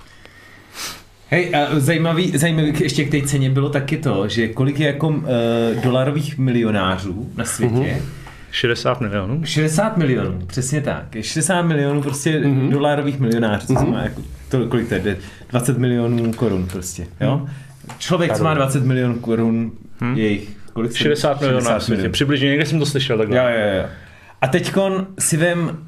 Hej, a zajímavý ještě k té ceně bylo taky to, že kolik je jako dolarových milionářů na světě 60 milionů. 60 milionů, přesně tak. 60 milionů prostě dolarových milionářů, co má jako, kolik to je, 20 milionů korun prostě, jo? Člověk, co má 20 milionů korun, jejich, kolik 60 milionů na světě, přibližně, někde jsem to slyšel takhle. Jo. A teďkon si vem,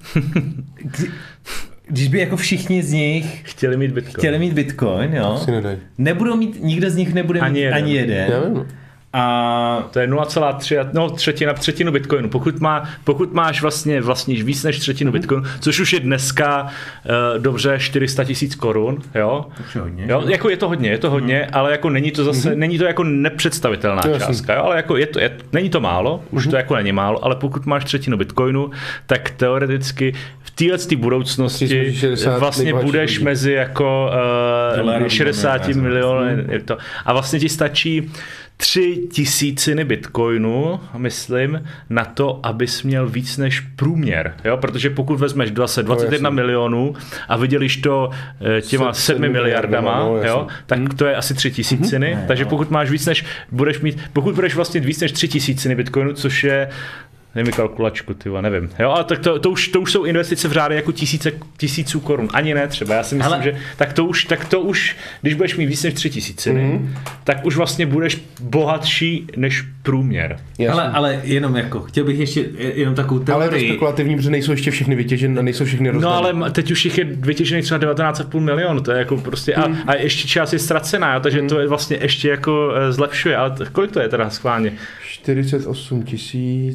když by jako všichni z nich chtěli mít Bitcoin, jo? Nebudou mít, nikdo z nich nebude mít ani jeden. A to je 0,3, třetinu Bitcoinu. Pokud máš vlastníš víc než třetinu Bitcoinu, což už je dneska dobře 400 000 korun, jo? Jo, jako je to hodně, ale jako není to jako nepředstavitelná částka, jo? Ale jako není to málo, už to jako není málo, ale pokud máš třetinu Bitcoinu, tak teoreticky v této budoucnosti vlastně budeš mezi jako 60 miliony a vlastně ti stačí 3000 bitcoinů, myslím, na to, abys měl víc než průměr, jo? Protože pokud vezmeš 21 milionů a vydělíš to těma 7 miliardama, jo? Tak to je asi 3000, takže pokud máš víc než, pokud budeš vlastnit víc než 3000 bitcoinů, což je nevím kalkulačku, nevím. Jo, ale tak to už jsou investice v řádu jako tisíců korun. Ani ne třeba. Já si myslím, že tak to už, když budeš mít víc než 3000, tak už vlastně budeš bohatší než průměr. Ale jenom jako, chtěl bych ještě jenom takovou teorii. Ale je to spekulativní, protože nejsou ještě všechny vytěžené a nejsou všechny rozdané. No ale teď už jich je vytěžených třeba 19,5 milionu, to je jako prostě, a ještě část je ztracená, takže to je vlastně ještě jako zlepšuje, ale kolik to je teda schválně? 48 000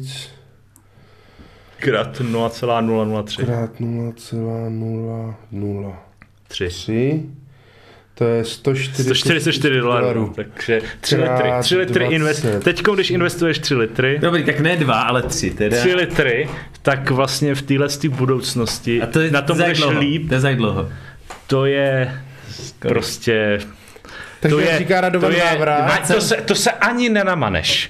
krát 0,003. Krát 0,003. To je 144 dolarů. Takže 3 litry teď, když investuješ 3 litry. Dobrý, tak ne 2, ale 3 teda. 3 litry, tak vlastně v téhle budoucnosti na tom budeš líp. To je za dlouho. To je prostě... Takže jak říká Radovan Vávra... To se ani nenamaneš.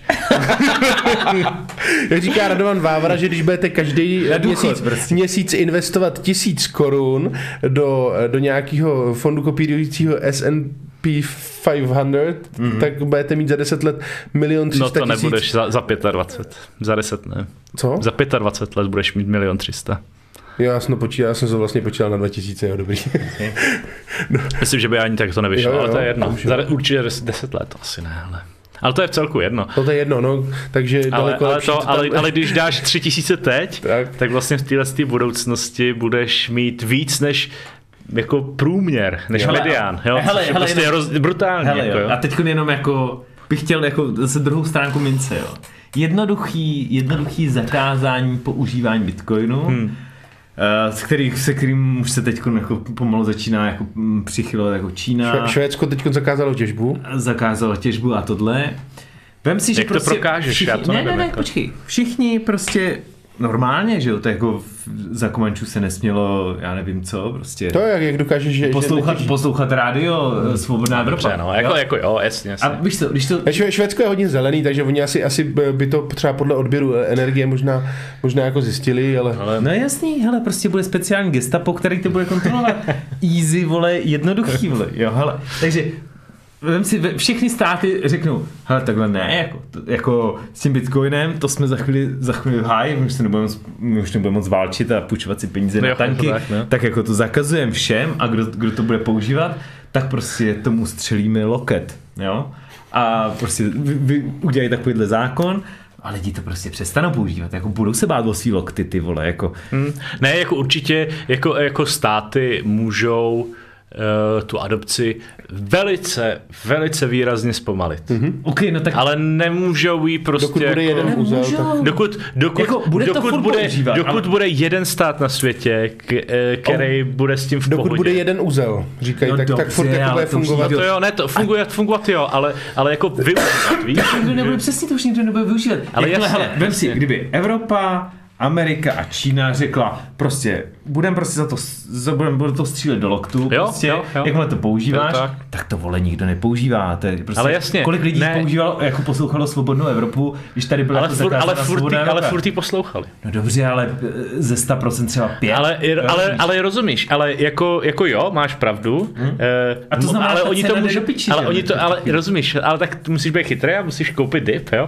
Jak říká Radovan Vávra, že když budete každý měsíc investovat 1000 korun do nějakého fondu kopírujícího S&P 500, tak budete mít za 10 let 1 300 000. No to nebudeš za 25, za 10 ne. Co? Za 25 let budeš mít 1 300 000. Já jsem to vlastně počítal na 2000, jo, dobrý. No. Myslím, že by ani tak to nevyšlo, ale to je jedno. Určitě 10 let, asi ne, ale to je v celku jedno. To je jedno, no, takže daleko lepší. Ale když dáš 3000 teď, tak vlastně v této budoucnosti budeš mít víc než jako průměr, než medián. Jo? Prostě je brutální. Jako, jo. A teď jenom jako bych chtěl jako zase druhou stránku mince. Jo. Jednoduchý zakázání používání bitcoinu, se kterým už se teď jako pomalu začíná jako přichylovat jako Čína. Švédsko teď zakázalo těžbu. Zakázalo těžbu a tohle. Vem si, že jak prostě to prokážeš? Já to nevím. Ne, počkej. Všichni prostě normálně, že jo, to jako za Komančů se nesmělo, já nevím co, prostě. To jak dokážeš, že poslouchat rádio Svobodná Evropa. Dobře, no, jako jo, jasně. A víš co, když to... Švédsko je hodně zelený, takže oni asi by to třeba podle odběru energie možná jako zjistili, ale... No jasný, hele, prostě bude speciální gestapo, který to bude kontrolovat. Easy, vole, jednoduchý, vole, jo, hele. Takže vem si, všechny státy řeknou, hele, takhle ne, jako s tím bitcoinem, to jsme za chvíli v háji, my už nebudeme moc válčit a půjčovat si peníze na tanky, tak jako to zakazujeme všem a kdo to bude používat, tak prostě tomu střelíme loket, jo? A prostě vy udělají takovýhle zákon, a lidi to prostě přestanou používat, jako budou se bát o svý lokty, ty vole, jako. Ne, jako určitě, jako státy můžou tu adopci velice výrazně zpomalit. Okay, no tak... Ale nemůžou jí prostě dokud bude jeden uzel, dokud bude jeden stát na světě, který bude s tím v pohodě. Dokud bude jeden uzel, říkají, no tak furt jako bude fungovat. To jo, ne, to fungovat jo, ale jako využívat, víš? Nikdo nebude přesně, to už nikdo nebude využívat. Ale jasně. Hele, vem si, kdyby Evropa, Amerika a Čína řekla prostě budeme prostě budeme to střílet do loktu, prostě, jakmile to používáš, tak to vole nikdo nepoužívá. To je prostě, ale jasně, kolik lidí používalo, jako poslouchalo Svobodnou Evropu, když tady byla jako zakázaná Svobodná Evropa. Ale furt jí poslouchali. No dobře, ale ze 100% třeba 5. Ale rozumíš, ale jako jo, máš pravdu. A to znamená, ale oni to můžou piči, ale rozumíš, ale tak musíš být chytrý a musíš koupit dip, jo?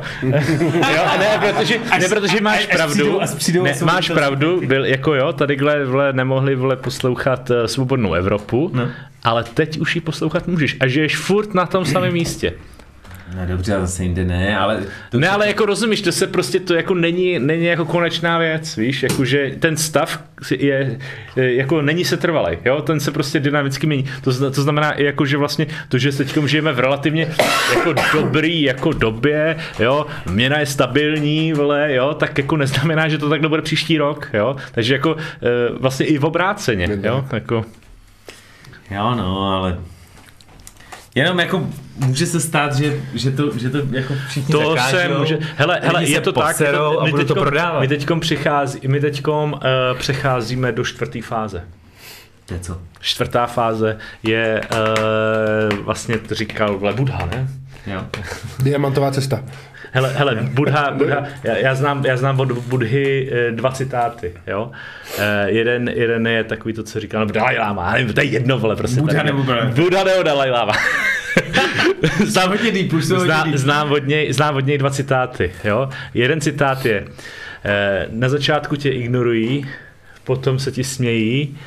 Ne, protože máš pravdu. Máš pravdu, byl jako jo, tadyhle nemohli poslouchat Svobodnou Evropu, ale teď už ji poslouchat můžeš a žiješ furt na tom samém místě. No dobře, a zase jinde ne, ale... Ne, ale jako rozumíš, to se prostě, to jako není jako konečná věc, víš, jakože ten stav je, jako není setrvalej, jo, ten se prostě dynamicky mění. To znamená i jako, že vlastně to, že teďkom žijeme v relativně jako dobrý jako době, jo, měna je stabilní, vole, jo, tak jako neznamená, že to takhle bude příští rok, jo, takže jako vlastně i v obráceně, jo, jako... Jo, no, ale... Jenom jako může se stát, že to jako všichni to zakážou. Se může, hele, je to tak, a budou to prodávat. My teďkom přecházíme do 4. fáze. To je co? 4. fáze je vlastně to říkal Buddha, ne? Jo. Diamantová cesta. Hele, Buddha, já znám od Buddhy 2 citáty, jo. Jeden je takový to, co říkal, no Dalaj Lama, nevím, to je jedno, vole, prostě. Buddha nebo Dalaj Lama. Znám od něj 2 citáty, jo. Jeden citát je, na začátku tě ignorují, potom se ti smějí,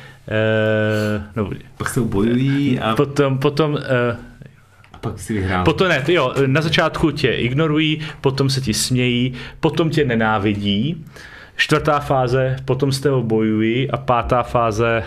pak se bojují a... Potom pak si vyhrál. Potom ne, jo, na začátku tě ignorují, potom se ti smějí, potom tě nenávidí. 4. fáze, potom s tebou bojují a 5. fáze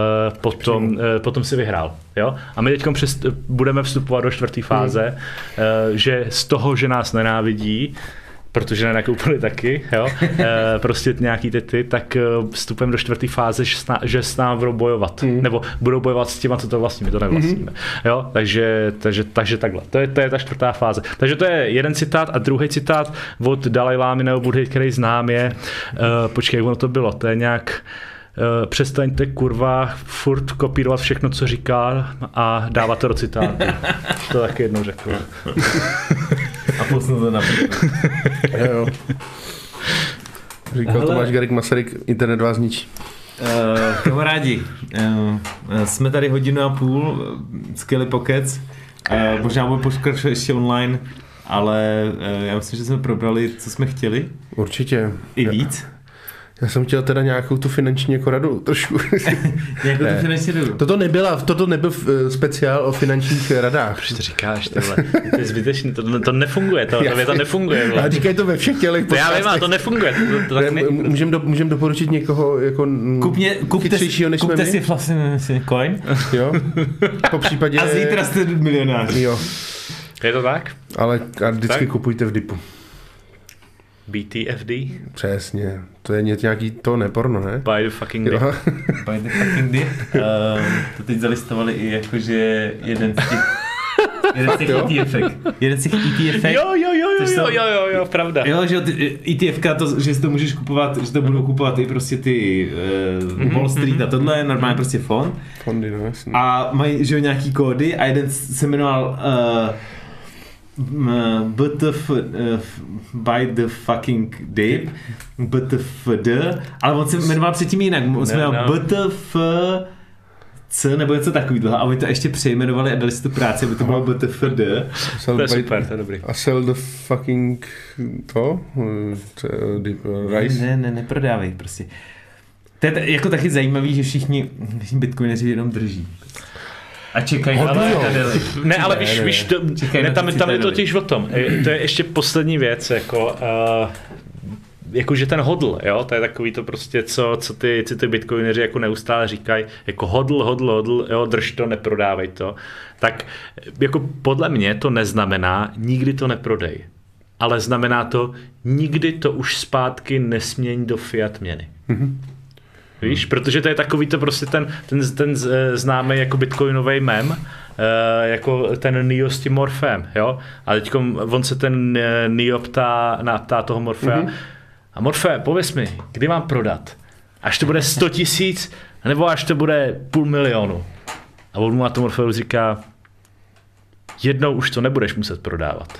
potom si vyhrál. Jo? A my teď budeme vstupovat do 4. fáze, že z toho, že nás nenávidí, protože nenakoupili taky, jo, prostě nějaký ty, tak vstupem do 4. fáze, že s námi budou bojovat, nebo budou bojovat s těma, co to vlastní, my to nevlastníme, jo, takže takhle, to je ta 4. fáze. Takže to je jeden citát a druhý citát od Dalaj Lámy nebo Buddhy, který znám je, počkej, jak ono to bylo, to je nějak, přestaňte kurva furt kopírovat všechno, co říká a dávat to do citátu. To taky jednou řekl. A posunul to například. Jo. Říkal Tomáš Garrigue Masaryk, internet vás zničí. Kamarádi, jsme tady 1,5 hodiny, skvělý pokec. Možná budeme pokračovat ještě online, ale já myslím, že jsme probrali, co jsme chtěli. Určitě. I víc. Já jsem chtěl teda nějakou tu finanční jako radu trošku. Nějakou tu finanční radu? Toto nebyl speciál o finančních radách. Proč to říkáš, tohle? To je zbytečný, to nefunguje, to nefunguje. Ale říkají to ve všech tělech podcastech. Já vím, ale to nefunguje. Můžem doporučit někoho jako chytřejšího než jsme my? Kupte si vlastně coin. Jo. Po případě... A zítra jste milionář. Jo. Je to tak? Ale vždycky tak? Kupujte v dipu. BTFD? Přesně. To je nějaký to neporno, ne? Buy the fucking dip. Buy the fucking dip. To teď zalistovali i jakože jeden z těch ETF. Jo, pravda. Jo, že ETFka, že si to můžeš kupovat, že to budou kupovat i prostě ty Wall Street a tohle, normálně prostě fond. Fondy, no jasně. A mají, že jo, nějaký kódy a jeden se jmenoval by the fucking dip, BTFD, ale on se jmenoval předtím jinak, on se jmenoval BTFC nebo něco takového a oni to ještě přejmenovali a dali si tu práci, aby to bylo BTFD. To je super, to je dobrý. A sell the fucking rice? Ne, neprodávej prostě. To je jako taky zajímavý, že všichni bitcoineři jenom drží. A čekají na ne, ale víš, tam je to totiž o tom. To je ještě poslední věc, jako že ten hodl, jo, to je takový to prostě, co ty bitcoineři jako neustále říkají, jako hodl, jo, drž to, neprodávej to. Tak jako podle mě to neznamená, nikdy to neprodej. Ale znamená to, nikdy to už zpátky nesměň do fiat měny. Víš, protože to je takový to prostě ten známý jako bitcoinový mem, jako ten Neo s tím Morfem, jo? A teď on se ten Neo ptá toho Morfea, a Morfe, pověz mi, kdy mám prodat? až to bude 100 000, nebo až to bude 500 000. A on mu na tom Orfeus říká, jednou už to nebudeš muset prodávat.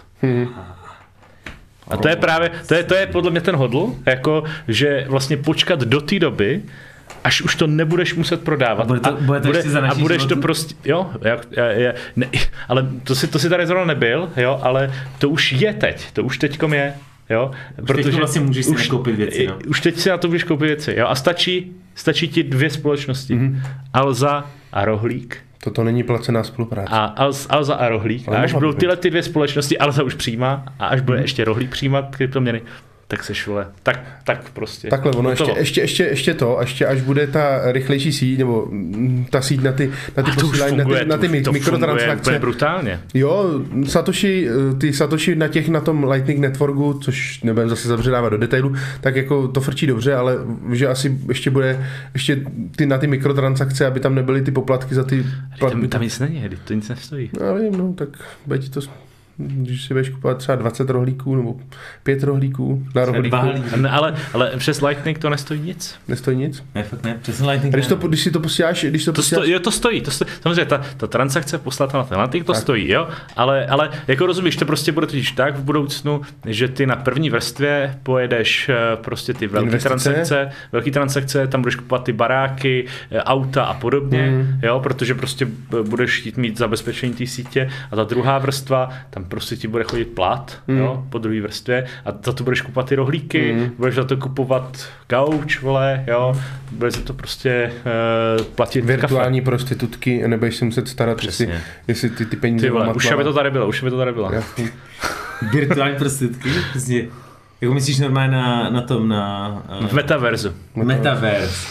A to je právě, to je podle mě ten hodl, jako, že vlastně počkat do té doby, až už to nebudeš muset prodávat. A budeš to prostě, jo, ne, ale to si tady zrovna nebyl, jo, ale to už je teď, to už teďkom je, jo. Protože vlastně můžeš si nakoupit věci, no. Už teď si na to můžeš koupit věci, jo, a stačí ti 2 společnosti, Alza a Rohlík. Toto není placená spolupráce. A Alza a Rohlík. A až budou tyhle 2 společnosti, Alza už přijímá, a až bude ještě Rohlík přijímat kryptoměny, tak se šule. Tak prostě. Takhle, ono ještě to, až bude ta rychlejší síť, nebo ta síť na ty posílání, na ty mikrotransakce. To brutálně. Jo, Satoshi na tom Lightning Networku, což nebudem zase zabředávat do detailu, tak jako to frčí dobře, ale že asi ještě bude na ty mikrotransakce, aby tam nebyly ty poplatky za ty platby. Tam nic není, to nic nestojí. Já vím, no, tak bude ti to... Když si budeš kupovat třeba 20 rohlíků nebo 5 rohlíků na rohlíku. Ale přes Lightning to nestojí nic. Nestojí nic? Ne, fakt ne, přes Lightning když si to posíláš... To stojí. Samozřejmě ta transakce poslata na ten Lightning to stojí, jo? Ale jako rozumíš, to prostě bude totiž tak v budoucnu, že ty na první vrstvě pojedeš prostě ty velké transakce, tam budeš kupovat ty baráky, auta a podobně, jo? Protože prostě budeš chtít mít zabezpečení té sítě, a ta druhá vrstva, tam prostě ti bude chodit plat, jo, po druhé vrstvě, a za to budeš kupovat ty rohlíky, budeš za to kupovat gauč, vole, jo, budeš za to prostě platit virtuální prostitutky, a nebudeš si muset starat, jestli ty peníze... Už by to tady bylo. Virtuální prostitutky? Prostě, jako myslíš normálně na tom, v metaverzu. Metaverse.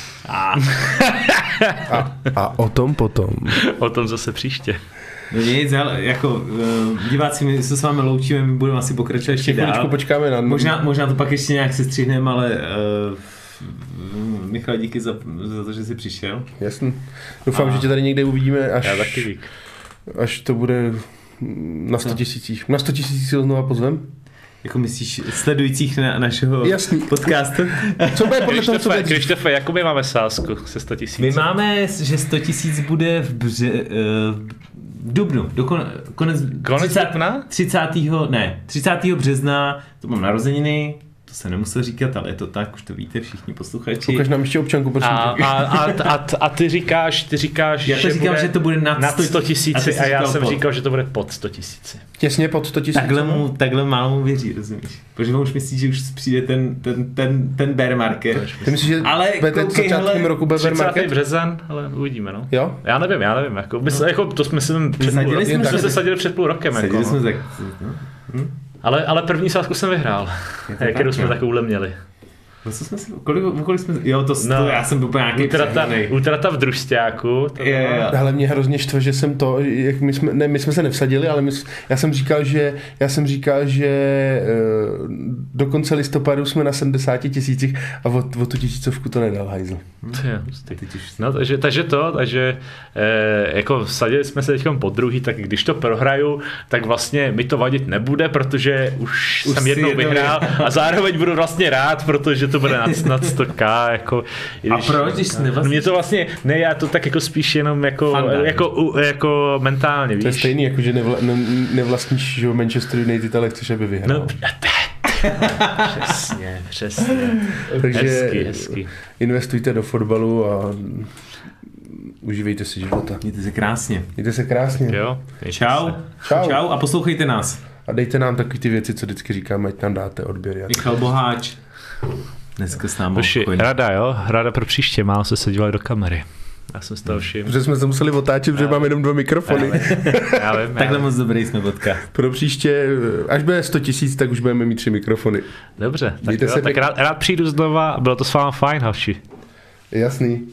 A o tom potom. O tom zase příště. No nic, ale jako diváci, my se s vámi loučíme, my budeme asi pokračovat ještě dál. Počkáme na... Možná to pak ještě nějak se střihneme, ale Michal, díky za to, že jsi přišel. Jasně. Doufám, že tě tady někde uvidíme, až to bude na 100 000. Na 100 000 si ho znova pozvem. Jako myslíš sledujících našeho podcastu? Co bude podle toho, co bude? Krištofe, jakou my máme sázku se 100 000? My máme, že 100 000 bude v dubnu, konec 30. března, to mám narozeniny, to se nemusel říkat, ale je to tak, už to víte všichni posluchači. Ukaž nám ještě občanku, prosím. A ty říkáš, já to říkám, že to bude nad 100 000 a já jsem říkal, že to bude pod 100 000. Těsně pod 100 000. Takhle málo mu věří, rozumíš? Protože on už myslí, že už přijde ten bear market. Ty myslíš, že začátkem roku bear market? 30. březen, ale uvidíme, no. Jo? Já nevím, jako to jsme se sadili před půl rokem. Sadili jsme tak... Ale první sázku jsem vyhrál, kterou jsme takovouhle měli. Kolik jsme... Jo, to já jsem byl úplně nějaký přehnanej. Útrata v družsťáku. Ale mě hrozně štve, že jsem to, jak my jsme se nevsadili, ale já jsem říkal, že do konce listopadu jsme na 70 000 a o tu tisícovku to nedal hajzl. No, takže jako vsadili jsme se teď po druhý, tak když to prohraju, tak vlastně mi to vadit nebude, protože už jsem jednou vyhrál a zároveň budu vlastně rád, protože to bude nad 100k, jako... A proč, když jsi nevlastníš? Mě to vlastně, ne, já to tak jako spíš jenom jako mentálně, víš. To je stejný, jako že nevlastníš, že Manchester United, ale chceš, aby vyhrál. No, přesně. Takže hezky. Investujte do fotbalu a užívejte si života. Mějte se krásně. Jo. Čau a poslouchejte nás. A dejte nám taky ty věci, co vždycky říkáme, ať nám dáte odběr. Michal Boháč. Dneska s námi. Rada pro příště, málo se dívali do kamery. Já jsem z toho všim. Protože jsme se museli otáčet, protože máme jenom 2 mikrofony. Já vím. Takhle moc dobrý jsme podcast. Pro příště, až bude 100 000, tak už budeme mít 3 mikrofony. Dobře, tak rád přijdu znova a bylo to s vámi fajn, hoši. Jasný.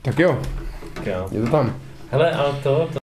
Tak jo, Jo. je to tam. Hele, ale to